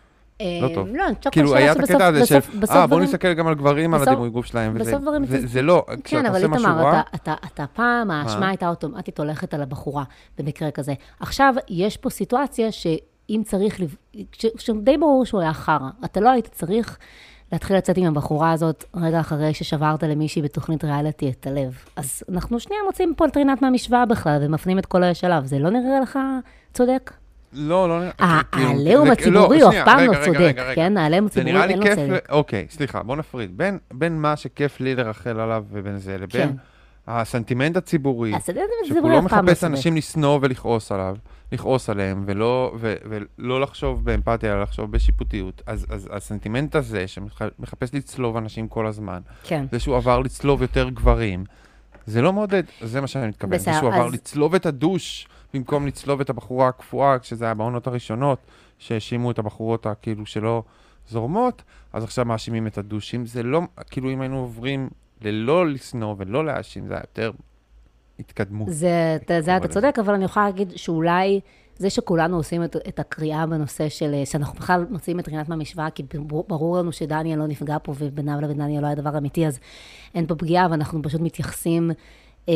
לא טוב. לא, אני חושבת כאילו, היה את הקטע הזה של, בסוף אה, בואו דברים- נסתכל גם על גברים, על בסוף- הדימוי גוף שלהם, וזה, בסוף דברים זה, זה- זה לא, כן, כשאתה אבל עושה משהו איתמר, רע, אתה, אתה, אתה פעם, האשמה הייתה אוטומטית הולכת על הבחורה, במקרה כזה. עכשיו, יש פה סיטואציה שאם צריך, לב- ש- שדי ברור שהוא היה חרא. אתה לא היית צריך להתחיל לצאת עם הבחורה הזאת רגע אחרי ששברת למישהי בתוכנית ריאליטי את הלב. אז אנחנו שנייה מוצאים פה את רינת מהמשוואה בכלל, ומפנים את כל השלב. זה לא נראה לך צודק? לא, לא נראה. ה- כאילו, העליהום זה- הציבורי לא, הוא אף שנייה, פעם רגע, לא רגע, צודק, רגע, רגע. כן? העליהום זה הציבורי נראה לי אין לו כיף, צדק. ל- אוקיי, סליחה, בוא נפריד. בין, בין מה שכיף לי לרחל עליו ובין זה, לבין כן. הסנטימנט הציבורי, הסנטימנט שכולו הציבורי אף פעם לא מחפש צודק. אנשים לשנוא ולכעוס עליו, לכעוס עליהם, ולא, ו, ולא לחשוב באמפתיה, אלא לחשוב בשיפוטיות. אז, אז הסנטימנט הזה, שמחפש לצלוב אנשים כל הזמן, כן. זה שהוא עבר לצלוב יותר גברים, זה לא מעודד, זה מה שאני מתכוון. בסדר, זה שהוא עבר אז- לצלוב את הדוש, במקום לצלוב את הבחורה הקפואה, כשזה היה בעונות הראשונות, שהאשימו את הבחורות הכאילו שלא זורמות, אז עכשיו מאשימים את הדושים. זה לא, כאילו אם היינו עוברים ללא לשנוא ולא להאשים, זה היה יותר התקדמות. זה, זה, זה אתה לזה. צודק, אבל אני יכולה להגיד שאולי זה שכולנו עושים את, את הקריאה בנושא של, שאנחנו בכלל מוציאים את רינת מהמשוואה, כי ברור, ברור לנו שדניאל לא נפגע פה, וביניו לבין דניאל לא היה דבר אמיתי, אז אין פה פגיעה, ואנחנו פשוט מתייחסים, אמ,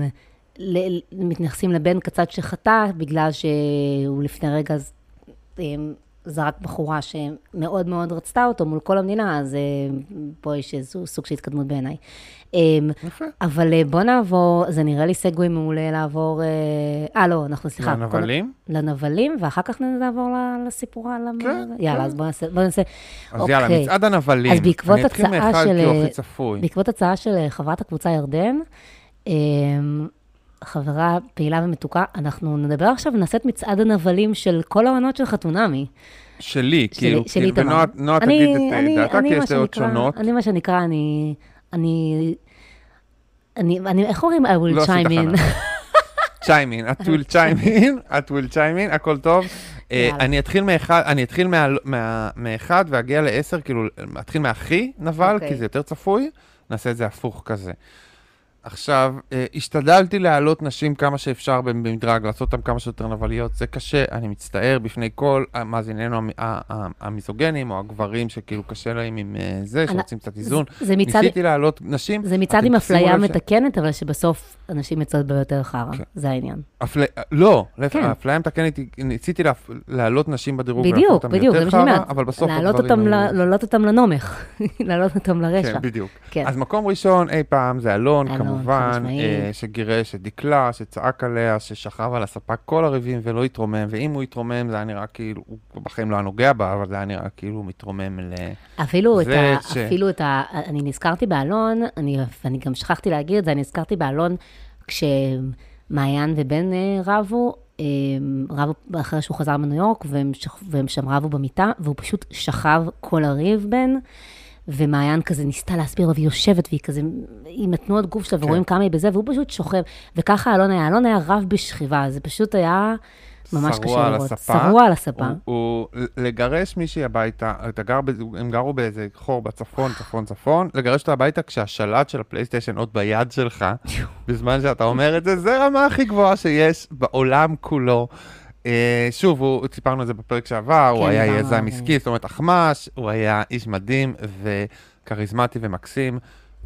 ל, מתייחסים לבן קצת שחטא, בגלל שהוא לפני רגע אמ, זרק בחורה שמאוד מאוד רצתה אותו מול כל המדינה, אז פה יש איזו סוג של התקדמות בעיניי. יפה. אבל בוא נעבור, זה נראה לי סגווי מעולה לעבור, אה, לא, אנחנו, סליחה. לנבלים? לנבלים, ואחר כך נעבור לסיפור על... כן, יאללה, כן. אז בוא נעשה, בוא נעשה. אז יאללה, מצעד הנבלים. אז בעקבות אני אתחיל הצעה מאחד של... כי הוא הכי צפוי. בעקבות הצעה של חברת הקבוצה ירדן, חברה פעילה ומתוקה, אנחנו נדבר עכשיו ונעשה את מצעד הנבלים של כל העונות של חתונמי. שלי, כאילו, שלי כאילו, תמר. ונועה אני- תגיד את אני- דעתה, אני כי מה יש דעות שנקרא- שונות. אני מה שנקרא, אני... אני... אני, אני, איך אומרים? I will לא עשית chime in. chime in, את will chime in, את will chime in, הכל טוב. אה, יאללה. אני אתחיל מאחד, אני אתחיל מה- מה- מאחד ואגיע לעשר, כאילו, אתחיל מהכי נבל, אוקיי. כי זה יותר צפוי, נעשה את זה הפוך כזה. עכשיו, אה, השתדלתי להעלות נשים כמה שאפשר במדרג, לעשות אותם כמה שיותר נבליות, זה קשה, אני מצטער בפני כל מאזיננו המ- ה- ה- המיזוגנים, או הגברים שכאילו קשה להם עם אה, זה, שרוצים קצת איזון. זה מצד, ניסיתי להעלות נשים. זה מצד אתם עם שימו אפליה לב ש- מתקנת, אבל שבסוף אנשים יצאות ביותר חרה, זה העניין. לא, האפליה מתקנת, ניסיתי להעלות נשים בדירוג, בדיוק, בדיוק, זה מה שאני אומרת. אבל בסוף להעלות אותם לנומך, להעלות אותם לרשע. כן, בדיוק. אז מקום ראשון אי פעם זה אלון, כמובן, שגירש, שדקלה, שצעק עליה, ששכב על הספה כל הריבים ולא התרומם, ואם הוא התרומם זה היה נראה כאילו, הוא בחיים לא נוגע בה, אבל זה היה נראה כאילו הוא מתרומם ל... אפילו את ה... אפילו את ה... אני נזכרתי באלון, ואני גם שכחתי להגיד את זה, אני נזכרתי באלון כשמעיין ובן רבו, רבו אחרי שהוא חזר מניו יורק, והם שם רבו במיטה, והוא פשוט שכב כל הריב בן, ומעיין כזה ניסתה להסביר לו, והיא יושבת, והיא כזה, עם התנועות גוף שלה, ורואים כמה היא בזה, והוא פשוט שוכב, וככה אלון היה, אלון היה רב בשכיבה, זה פשוט היה ממש קשה לראות. שרוע על הספה. הוא לגרש מישהי הביתה, הם גרו באיזה חור בצפון, צפון, צפון, לגרש אותה הביתה כשהשלט של הפלייסטיישן עוד ביד שלך, בזמן שאתה אומר את זה, זה רמה הכי גבוהה שיש בעולם כולו. שוב, ציפרנו את זה בפרק שעבר, הוא היה יזם עסקי, זאת אומרת, אחמש, הוא היה איש מדהים וקריזמטי ומקסים,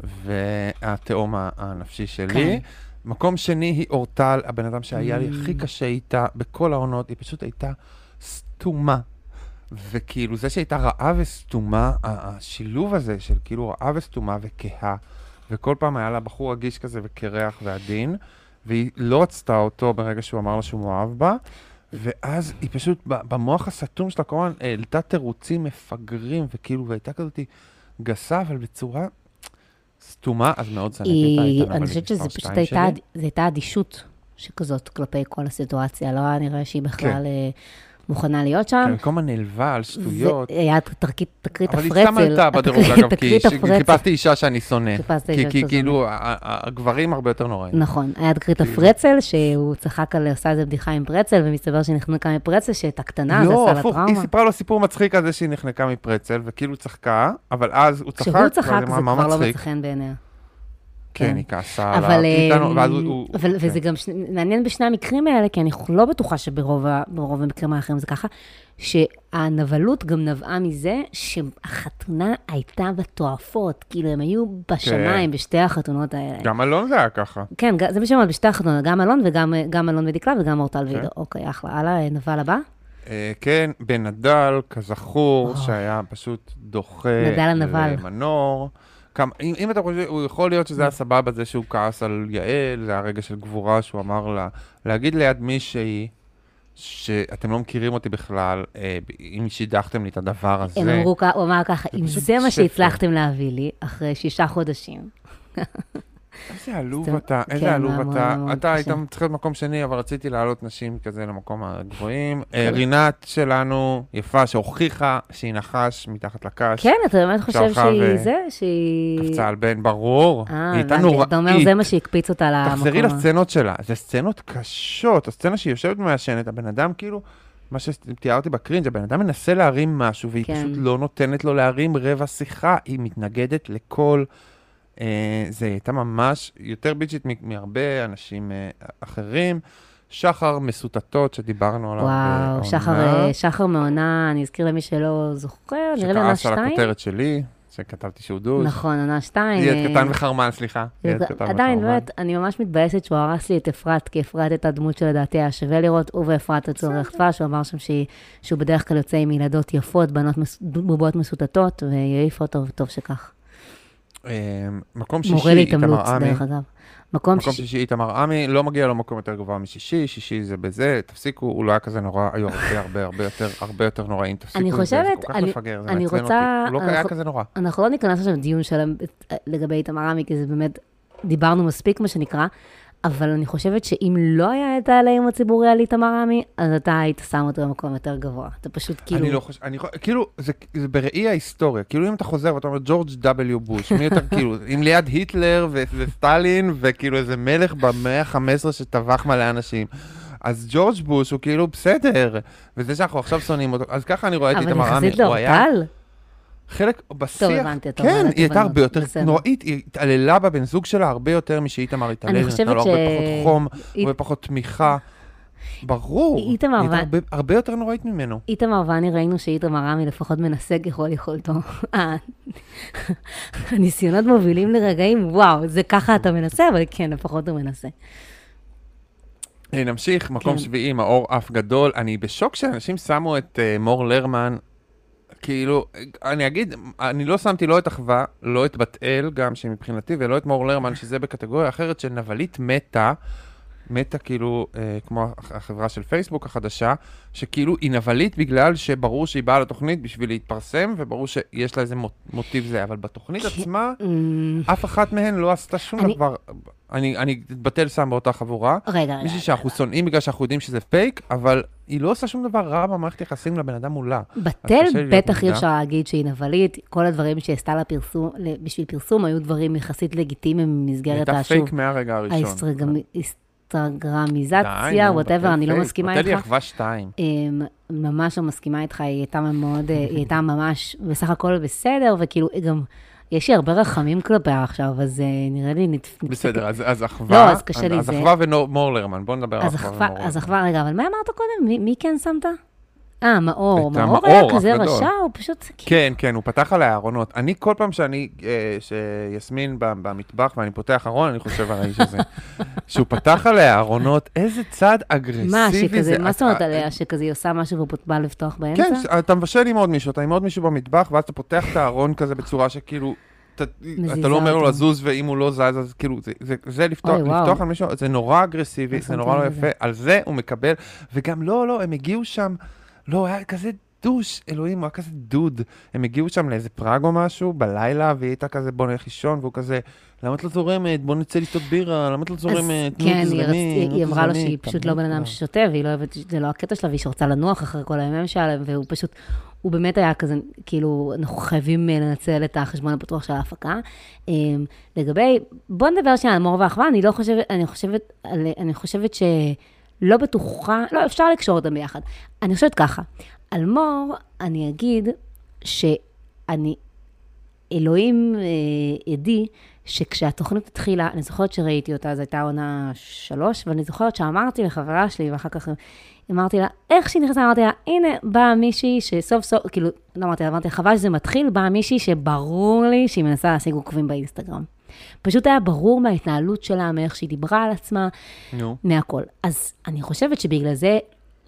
והתאום הנפשי שלי. מקום שני היא אורטל, הבן אדם שהיה לי הכי קשה איתה בכל העונות, היא פשוט הייתה סתומה. וכאילו זה שהייתה רעה וסתומה, השילוב הזה של כאילו רעה וסתומה וכהה, וכל פעם היה לה בחור רגיש כזה וקרח ועדין, והיא לא רצתה אותו ברגע שהוא אמר לה שהוא מאוהב בה, ואז היא פשוט במוח הסתום שלה כמובן העלתה תירוצים מפגרים, וכאילו והייתה כזאת גסה, אבל בצורה... סתומה, אז מאוד שנאתי אותה. אני חושבת שזה פשוט הייתה אדישות שכזאת כלפי כל הסיטואציה, לא היה נראה שהיא בכלל מוכנה להיות שם. כן, כל מה נלווה על שטויות. היה תקרית הפרצל. אבל היא שמה עלתה בדירוג, אגב, כי חיפשתי אישה שאני שונא. כי כאילו, הגברים הרבה יותר נוראים. נכון, היה תקרית הפרצל, שהוא צחק על עושה איזה בדיחה עם פרצל, ומסתבר שהיא נחנקה מפרצל, שהייתה קטנה, זה עשה לה טראומה. היא סיפרה לו סיפור מצחיק על זה שהיא נחנקה מפרצל, וכאילו צחקה, אבל אז הוא צחק, כשהוא צחק, זה כבר לא מצחן בעיניה. כן, היא כעסה עליו. וזה גם מעניין בשני המקרים האלה, כי אני לא בטוחה שברוב המקרים האחרים זה ככה, שהנבלות גם נבעה מזה שהחתונה הייתה בתועפות, כאילו הם היו בשמיים בשתי החתונות האלה. גם אלון זה היה ככה. כן, זה בשביל בשתי החתונות, גם אלון וגם אלון ודקלה וגם אורטל ועידו. אוקיי, אחלה. הלאה, נבל הבא? כן, בן נדל, כזכור, שהיה פשוט דוחה למנור. אם, אם אתה חושב, הוא יכול להיות שזה היה סבבה זה שהוא כעס על יעל, זה הרגע של גבורה שהוא אמר לה, להגיד ליד מישהי שאתם לא מכירים אותי בכלל, אם שידכתם לי את הדבר הזה. הם אמרו, הוא אמר ככה, אם זה מה שהצלחתם להביא לי, אחרי שישה חודשים. איזה עלוב אתה, איזה עלוב אתה. אתה היית צריך להיות מקום שני, אבל רציתי להעלות נשים כזה למקום הגבוהים. רינת שלנו, יפה, שהוכיחה שהיא נחש מתחת לקש. כן, אתה באמת חושב שהיא זה? שהיא... קפצה על בן, ברור. אה, הבנתי. אתה אומר, זה מה שהקפיץ אותה למקום. תחזרי לסצנות שלה. זה סצנות קשות. הסצנה שהיא יושבת מעשנת, הבן אדם כאילו, מה שתיארתי בקרינג', הבן אדם מנסה להרים משהו, והיא פשוט לא נותנת לו להרים רבע שיחה. היא מתנגדת לכל... זה הייתה ממש יותר ביצ'ית מהרבה אנשים אחרים. שחר מסותתות שדיברנו עליו. וואו, שחר, שחר מעונה, אני אזכיר למי שלא זוכר, נראה לי עונה שתיים. שכעס על הכותרת שלי, שכתבתי שהוא דוז. נכון, עונה שתיים. ילד קטן וחרמן, סליחה. עדיין, באמת, אני ממש מתבאסת שהוא הרס לי את אפרת, כי אפרת את הדמות שלדעתי היה שווה לראות, הוא ואפרת הצורך תפה, שהוא אמר שם שהוא בדרך כלל יוצא עם ילדות יפות, בנות בובות מסותתות, ויעיף אותו, וטוב שכך. מקום שישי, איתמר עמי. מקום שישי, איתמר עמי, לא מגיע לו מקום יותר גבוה משישי, שישי זה בזה, תפסיקו, הוא לא היה כזה נורא, היו הרבה הרבה הרבה יותר, הרבה יותר נוראים, תפסיקו את זה, זה כל כך מפגר, זה מעצבן אותי, הוא לא היה כזה נורא. אנחנו לא ניכנס עכשיו לדיון שלהם לגבי איתמר עמי, כי זה באמת, דיברנו מספיק מה שנקרא, אבל אני חושבת שאם לא היה את העליהם הציבורי על איתמר עמי, אז אתה היית שם אותו במקום יותר גבוה. אתה פשוט כאילו... אני לא חושב, אני חושב, כאילו, זה, זה בראי ההיסטוריה. כאילו אם אתה חוזר ואתה אומר, ג'ורג' דאבליו בוש, מי יותר כאילו, עם ליד היטלר ו- וסטלין, וכאילו איזה מלך במאה ה-חמש עשרה שטבח מלא אנשים. אז ג'ורג' בוש הוא כאילו בסדר, וזה שאנחנו עכשיו שונאים אותו. אז ככה אני רואה את איתמר עמי. אבל יחסית לאורטל? חלק בשיח, כן, היא הייתה הרבה יותר נוראית, היא התעללה בבן זוג שלה הרבה יותר משאיתמר התעלל, נתנה לו הרבה פחות חום, הרבה פחות תמיכה. ברור. איתמר היא ו... הרבה, הרבה יותר נוראית ממנו. איתמר ואני ראינו שאיתמר רמי לפחות מנסה ככל יכולתו. הניסיונות מובילים לרגעים, וואו, זה ככה אתה מנסה, אבל כן, לפחות הוא מנסה. נמשיך, מקום שביעי, מאור אף גדול. אני בשוק שאנשים שמו את uh, מור לרמן, כאילו, אני אגיד, אני לא שמתי לא את אחווה, לא את בת אל, גם שמבחינתי, ולא את מור לרמן, שזה בקטגוריה אחרת של נבלית מתה, מתה כאילו, אה, כמו החברה של פייסבוק החדשה, שכאילו היא נבלית בגלל שברור שהיא באה לתוכנית בשביל להתפרסם, וברור שיש לה איזה מוטיב זה, אבל בתוכנית עצמה, אף אחת מהן לא עשתה שום אני... דבר. אני, אני אתבטל שם באותה חבורה. רגע, רגע. מישהי שאנחנו שונאים בגלל שאנחנו יודעים שזה פייק, אבל היא לא עושה שום דבר רע במערכת יחסים לבן אדם מולה. בטל בטח אי אפשר להגיד שהיא נבלית, כל הדברים שהיא עשתה לפרסום, בשביל פרסום היו דברים יחסית לגיטימיים במסגרת הייתה פייק מהרגע הראשון. האינסטגרמיזציה, whatever, אני לא מסכימה איתך. בטל היא אחווה שתיים. ממש לא מסכימה איתך, היא הייתה מאוד, היא הייתה ממש בסך הכל בסדר, וכאילו גם... יש לי הרבה רחמים כלפיה עכשיו, אז נראה לי נתפק... בסדר, אז אחווה... לא, אז קשה לי זה. אז אחווה ומור לרמן, בואו נדבר על אחווה ומור לרמן. אז אחווה, רגע, אבל מה אמרת קודם? מי כן שמת? אה, מאור. מאור היה כזה רשע, הוא פשוט... כן, כן, הוא פתח על הארונות. אני כל פעם שאני, שיסמין במטבח ואני פותח ארון, אני חושב על האיש הזה. שהוא פתח על הארונות, איזה צד אגרסיבי זה. מה זאת אומרת עליה, שכזה היא עושה משהו והוא בא לפתוח באמצע? כן, אתה מבשל עם עוד מישהו, אתה עם עוד מישהו במטבח, ואז אתה פותח את הארון כזה בצורה שכאילו... אתה לא אומר לו לזוז, ואם הוא לא זז, אז כאילו, זה לפתוח על מישהו, זה נורא אגרסיבי, זה נורא לא יפה, על זה הוא מקבל, וגם לא, לא, הם הגיעו שם, לא, היה כזה דוש, אלוהים, הוא היה כזה דוד, הם הגיעו שם לאיזה פראג או משהו, בלילה, והיא הייתה כזה, בוא נלך לישון, והוא כזה, למה את לא זורמת, בוא נצא לשתות בירה, למה את לא זורמת, כן, היא אמרה לו שהיא פשוט לא בן אדם ששותה, והיא לא אוהבת, זה לא הקטע שלה, והיא שרוצה לנוח אחרי כל הימים שלה, והוא פשוט, הוא באמת היה כזה, כאילו, אנחנו חייבים לנצל את החשבון הפתוח של ההפקה. לגבי, בוא נדבר שנייה על מור ואחווה, אני לא חושבת, אני חושבת, אני חושבת שלא בטוחה, לא, אפשר לקשור אותם ביחד. אני חושבת ככה, על מור, אני אגיד שאני, אלוהים אה, עדי, שכשהתוכנית התחילה, אני זוכרת שראיתי אותה, זו הייתה עונה שלוש, ואני זוכרת שאמרתי לחברה שלי, ואחר כך אמרתי לה, איך שהיא נכנסה, אמרתי לה, הנה, באה מישהי שסוף סוף, כאילו, לא אמרתי לה, אמרתי לה, חבל שזה מתחיל, באה מישהי שברור לי שהיא מנסה להשיג עוקבים באינסטגרם. פשוט היה ברור מההתנהלות שלה, מאיך שהיא דיברה על עצמה, no. מהכל. אז אני חושבת שבגלל זה,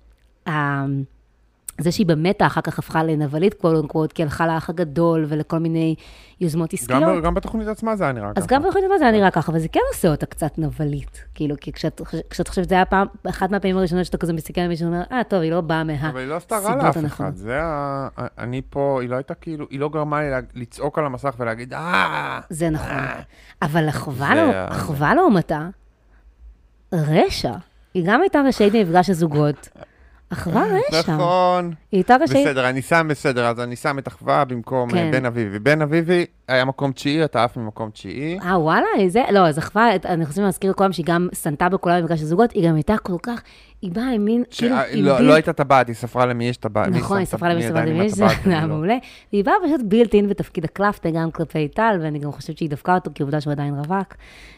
זה שהיא במטה אחר כך הפכה לנבלית, קוואט, כי הלכה לאח הגדול ולכל מיני יוזמות עסקיות. גם, גם בתוכנית עצמה זה היה נראה ככה. אז גם בתוכנית עצמה זה היה נראה ככה, אבל זה כן עושה אותה קצת נבלית. כאילו, כי כשאת, כשאת חושבת, זה היה פעם, אחת מהפעמים הראשונות שאתה כזה מסתכל על מישהו ואומר, אה, טוב, היא לא באה מה... אבל היא לא עשתה רע לאף אחד. זה ה... אני פה, היא לא הייתה כאילו, היא לא גרמה לי לצעוק על המסך ולהגיד, אה... זה נכון. אבל אחווה לעומתה, רשע. היא גם הייתה רשעית במפגש הזוגות. אחווה רשע. נכון. היא הייתה רשעית. בסדר, אני שם בסדר, אז אני שם את אחווה במקום בן אביבי. בן אביבי היה מקום תשיעי, אתה אף ממקום תשיעי. אה, וואלה, זה, לא, אז אחווה, אני חושבת להזכיר לכולם שהיא גם סנתה בכולם במפגש הזוגות, היא גם הייתה כל כך, היא באה עם מין, כאילו, לא הייתה טבעת, היא ספרה למי יש טבעת. נכון, היא ספרה למי יש, זה היה מעולה. והיא באה פשוט בילט-אין בתפקיד הקלפטה, גם כלפי טל, ואני גם חושבת שהיא דפקה אותו, כי עובדה שהוא עדיין רווק.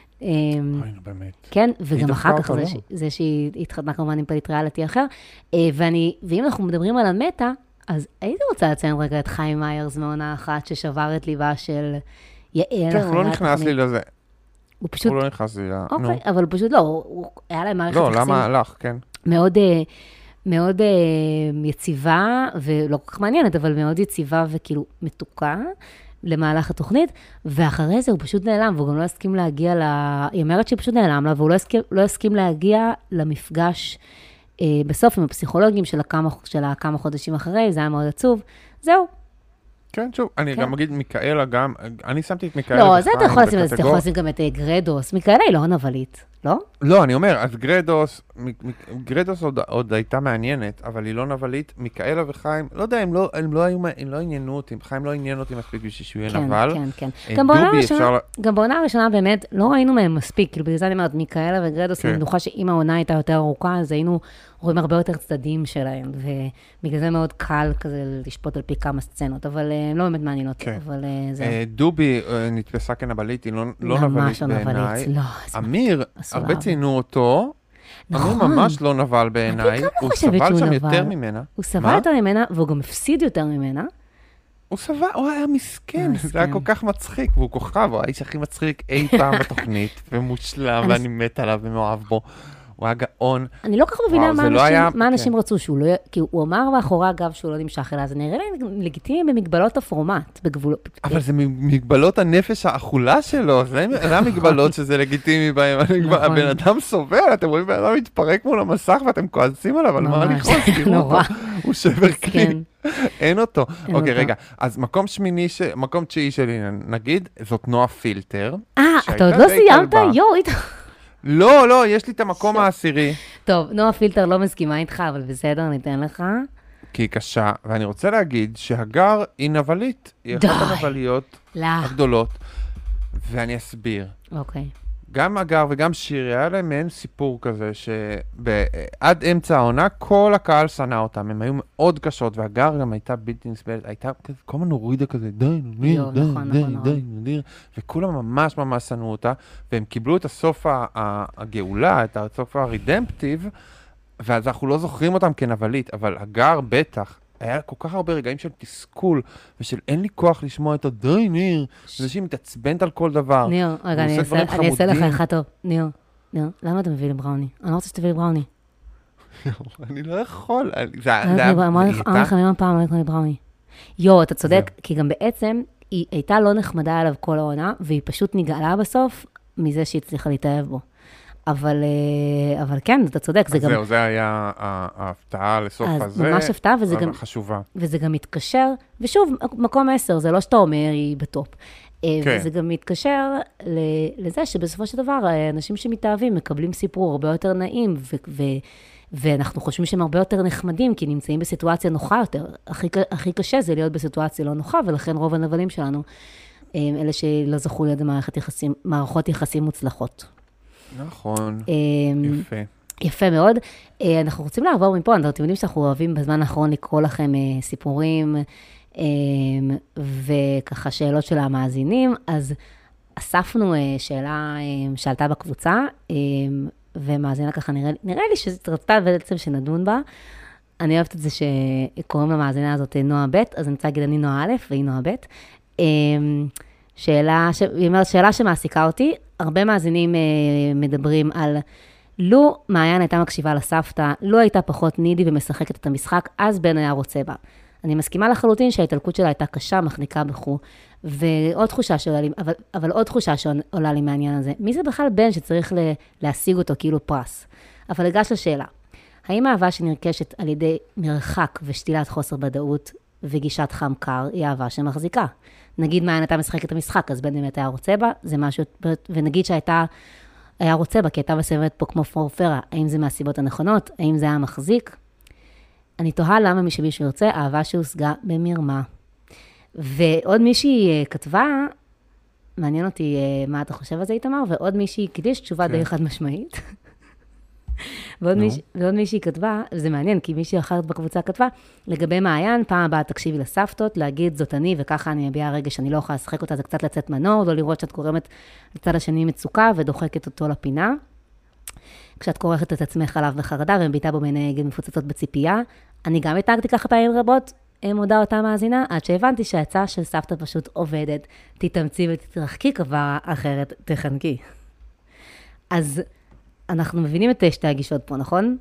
כן, וגם אחר כך זה שהיא התחתנה כמובן עם פליט ריאליטי אחר, ואם אנחנו מדברים על המטה, אז הייתי רוצה לציין רגע את חיים מיירס מעונה אחת ששבר את ליבה של יעל. כן, הוא לא נכנס לי לזה. הוא פשוט... הוא לא נכנס לי לזה. אוקיי, אבל פשוט לא, היה להם מערכת יחסים. לא, למה הלך, כן. מאוד... מאוד יציבה, ולא כל כך מעניינת, אבל מאוד יציבה וכאילו מתוקה, למהלך התוכנית, ואחרי זה הוא פשוט נעלם, והוא גם לא הסכים להגיע, ל... היא אומרת שהיא פשוט נעלם לה, והוא לא הסכים, לא הסכים להגיע למפגש אה, בסוף עם הפסיכולוגים של הכמה, של הכמה חודשים אחרי, זה היה מאוד עצוב. זהו. כן, שוב, אני גם אגיד, מיקאלה גם, אני שמתי את מיקאלה לא, זה אתה יכול לשים, אז אתה יכול לשים גם את גרדוס. מיקאלה היא לא נבלית, לא? לא, אני אומר, אז גרדוס, גרדוס עוד הייתה מעניינת, אבל היא לא נבלית. מיקאלה וחיים, לא יודע, הם לא עניינו אותי, חיים לא עניין אותי מספיק בשביל שהוא יהיה נבל. כן, כן, כן. גם בעונה הראשונה באמת, לא ראינו מהם מספיק, כאילו בגלל זה אני אומרת, מיקאלה וגרדוס, אני בטוחה שאם העונה הייתה יותר ארוכה, אז היינו רואים הרבה יותר צדדים שלהם, ובגלל זה מאוד קל כזה לשפוט על פי כמה סצנות, אבל הם לא באמת מעניינות, אבל זה... דובי נתפסה כנבלית, היא לא נבלית בעיניי. אמיר, הרבה ציינו אותו, אמיר ממש לא נבל בעיניי, הוא סבל שם יותר ממנה. הוא סבל יותר ממנה, והוא גם הפסיד יותר ממנה. הוא סבל, הוא היה מסכן, זה היה כל כך מצחיק, והוא כוכב, הוא האיש הכי מצחיק אי פעם בתוכנית, ומושלם, ואני מת עליו ומאוהב בו. הוא היה גאון. אני לא כך מבינה מה, אנשים, היה... מה אנשים כן. רצו, שהוא לא... כי הוא אמר מאחורי הגב שהוא לא נמשך אליה, זה נראה לי לגיטימי במגבלות הפורמט, בגבולות... אבל זה מגבלות הנפש האכולה שלו, זה לא המגבלות שזה לגיטימי בהם. הבן אדם סובל, אתם רואים בן אדם מתפרק מול המסך ואתם כועסים עליו, אבל מה לכעוס? תראו אותו, הוא שבר כלי. אין אותו. אוקיי, רגע, אז מקום שמיני, מקום תשיעי שלי, נגיד, זאת נועה פילטר. אה, אתה עוד לא סיימת? יואו, איתו. לא, לא, יש לי את המקום העשירי. טוב, נועה פילטר לא מסכימה איתך, אבל בסדר, ניתן לך. כי היא קשה, ואני רוצה להגיד שהגר היא נבלית. היא אחת הנבליות הגדולות. ואני אסביר. אוקיי. גם הגר וגם שירי, היה להם מעין סיפור כזה, שעד אמצע העונה, כל הקהל שנא אותם. הם היו מאוד קשות, והגר גם הייתה בלתי נסבלת, הייתה כל הזמן נורידה כזה, די, נדיר, די, די, די, נדיר, וכולם ממש ממש שנאו אותה, והם קיבלו את הסוף הגאולה, את הסוף הרידמפטיב, ואז אנחנו לא זוכרים אותם כנבלית, אבל הגר בטח, היה כל כך הרבה רגעים של תסכול, ושל אין לי כוח לשמוע את הדי, ניר, וזה שהיא מתעצבנת על כל דבר. ניר, רגע, אני אעשה לך אחד טוב. ניר, ניר, למה אתה מביא לי בראוני? אני לא רוצה שתביא לי בראוני. אני לא יכול. אמר לך מיליון פעם, לא יקרה לי בראוני. יו, אתה צודק, כי גם בעצם היא הייתה לא נחמדה עליו כל העונה, והיא פשוט נגעלה בסוף מזה שהיא הצליחה להתאהב בו. אבל, אבל כן, אתה צודק, זה גם... זהו, זה היה ההפתעה לסוף הזה, ממש הפתעה, וזה גם... חשובה. וזה גם מתקשר, ושוב, מקום עשר, זה לא שאתה אומר, היא בטופ. כן. וזה גם מתקשר לזה שבסופו של דבר, אנשים שמתאהבים מקבלים סיפור הרבה יותר נעים, ו... ו... ואנחנו חושבים שהם הרבה יותר נחמדים, כי נמצאים בסיטואציה נוחה יותר. הכי, הכי קשה זה להיות בסיטואציה לא נוחה, ולכן רוב הנבלים שלנו, אלה שלא זכו להיות במערכות יחסים, מערכות יחסים מוצלחות. נכון, יפה. יפה מאוד. אנחנו רוצים לעבור מפה, אתם יודעים שאנחנו אוהבים בזמן האחרון לקרוא לכם סיפורים, וככה שאלות של המאזינים, אז אספנו שאלה שעלתה בקבוצה, ומאזינה ככה נראה, נראה לי שזה רצתה בעצם שנדון בה. אני אוהבת את זה שקוראים למאזינה הזאת נועה ב', אז אני רוצה להגיד אני נועה א', והיא נועה ב'. שאלה, ש... היא אומרת, שאלה שמעסיקה אותי, הרבה מאזינים אה, מדברים על, לו מעיין הייתה מקשיבה לסבתא, לו הייתה פחות נידי ומשחקת את המשחק, אז בן היה רוצה בה. אני מסכימה לחלוטין שההתעלקות שלה הייתה קשה, מחניקה בחור, ועוד תחושה שעולה לי, אבל, אבל עוד תחושה שעולה לי מהעניין הזה. מי זה בכלל בן שצריך ל... להשיג אותו כאילו פרס? אבל אגש לשאלה, האם האהבה שנרכשת על ידי מרחק ושתילת חוסר ודאות וגישת חם קר היא אהבה שמחזיקה? נגיד מעיין הייתה משחקת את המשחק, אז בן באמת היה רוצה בה, זה משהו, ונגיד שהייתה, היה רוצה בה, כי הייתה מסיימת פה כמו פורפרה, האם זה מהסיבות הנכונות, האם זה היה מחזיק? אני תוהה למה מי שמישהו ירצה, אהבה שהושגה במרמה. ועוד מישהי כתבה, מעניין אותי מה אתה חושב על זה, איתמר, ועוד מישהי, כי יש תשובה די חד משמעית. ועוד, מיש, ועוד מישהי כתבה, וזה מעניין, כי מישהי אחרת בקבוצה כתבה, לגבי מעיין, פעם הבאה תקשיבי לסבתות, להגיד זאת אני, וככה אני אביע הרגע שאני לא יכולה לשחק אותה, זה קצת לצאת מנור, לא לראות שאת גורמת לצד השני מצוקה, ודוחקת אותו לפינה. כשאת כורכת את עצמך עליו בחרדה, ומביטה בו בעיני מפוצצות בציפייה. אני גם התנהגתי ככה פעמים רבות, מודה אותה מאזינה, עד שהבנתי שההצעה של סבתא פשוט עובדת, תתאמצי ותתרחקי כבר, אחרת תחנקי. אז אנחנו מבינים את שתי הגישות פה, נכון?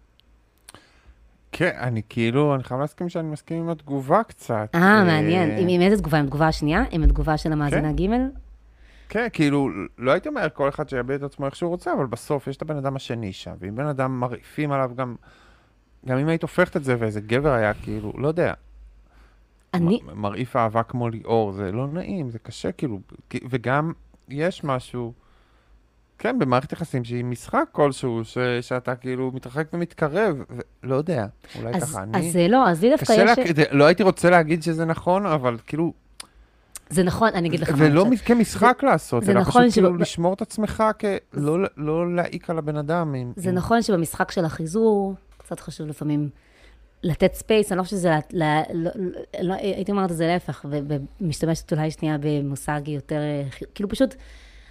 כן, אני כאילו, אני חייב להסכים שאני מסכים עם התגובה קצת. אה, מעניין. עם איזה תגובה? עם התגובה השנייה? עם התגובה של המאזינה ג'? כן, כאילו, לא הייתי אומר כל אחד שיביע את עצמו איך שהוא רוצה, אבל בסוף יש את הבן אדם השני שם, ואם בן אדם מרעיפים עליו גם, גם אם היית הופכת את זה, ואיזה גבר היה כאילו, לא יודע. אני... מרעיף אהבה כמו ליאור, זה לא נעים, זה קשה כאילו, וגם יש משהו... כן, במערכת יחסים שהיא משחק כלשהו, ש... שאתה כאילו מתרחק ומתקרב, ולא יודע, אולי אז, ככה. אני... אז לא, אז לי דווקא יש... לה... לא הייתי רוצה להגיד שזה נכון, אבל כאילו... זה נכון, אני אגיד לך מה. ולא כמשחק לעשות, זה אלא נכון פשוט שבא... כאילו לשמור את עצמך, לא, לא להעיק על הבן אדם. עם, זה עם... נכון שבמשחק של החיזור, קצת חשוב לפעמים לתת ספייס, אני לא חושב שזה... לא, לא, לא, הייתי אומרת את זה להפך, ומשתמשת אולי שנייה במושג יותר... כאילו פשוט...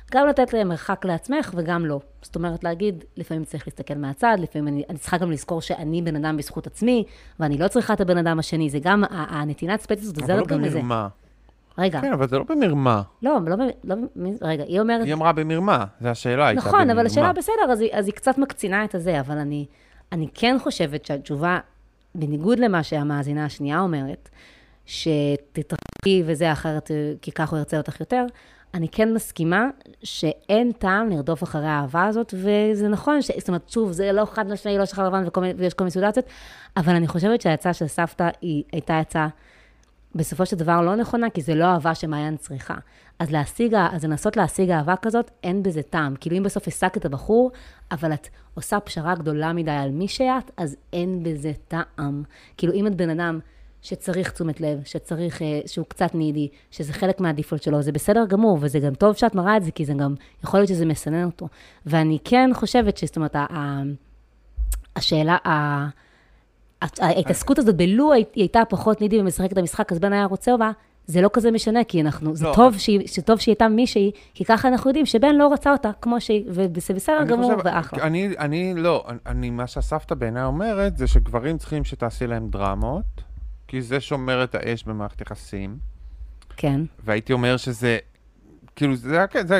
גם לתת להם מרחק לעצמך וגם לא. זאת אומרת, להגיד, לפעמים צריך להסתכל מהצד, לפעמים אני, אני צריכה גם לזכור שאני בן אדם בזכות עצמי, ואני לא צריכה את הבן אדם השני, זה גם, הנתינת ספייס הזאת עוזרת גם לזה. אבל לא במרמה. רגע. כן, אבל זה לא במרמה. לא, לא, לא, רגע, היא אומרת... היא אמרה במרמה, זו השאלה, הייתה נכון, במרמה. אבל השאלה בסדר, אז היא, אז היא קצת מקצינה את הזה, אבל אני, אני כן חושבת שהתשובה, בניגוד למה שהמאזינה השנייה אומרת, שתתרחי וזה אחרת, כי כך הוא ירצה אותך יותר, אני כן מסכימה שאין טעם לרדוף אחרי האהבה הזאת, וזה נכון, ש... זאת אומרת, שוב, זה לא חד משמעי, לא שחר לבן וכל... ויש כל מיני סיטואציות, אבל אני חושבת שההצעה של סבתא היא הייתה הצעה בסופו של דבר לא נכונה, כי זה לא אהבה שמעיין צריכה. אז להשיג, אז לנסות להשיג אהבה כזאת, אין בזה טעם. כאילו אם בסוף השגת את הבחור, אבל את עושה פשרה גדולה מדי על מי שאת, אז אין בזה טעם. כאילו אם את בן אדם שצריך תשומת לב, שצריך, שהוא קצת נידי, שזה חלק מהדיפולט שלו, זה בסדר גמור, וזה גם טוב שאת מראה את זה, כי זה גם, יכול להיות שזה מסנן אותו. ואני כן חושבת שזאת אומרת, השאלה, ההתעסקות הזאת בלו היא הייתה פחות נידי ומשחק את המשחק, אז בן היה רוצה בה, זה לא כזה משנה, כי אנחנו, זה טוב שטוב שהיא הייתה מישהי, כי ככה אנחנו יודעים שבן לא רצה אותה כמו שהיא, וזה בסדר גמור ואחלה. אני, אני לא, אני, מה שהסבתא בעיניי אומרת, זה שגברים צריכים שתעשי להם דרמות, כי זה שומר את האש במערכת יחסים. כן. והייתי אומר שזה, כאילו, זה, זה,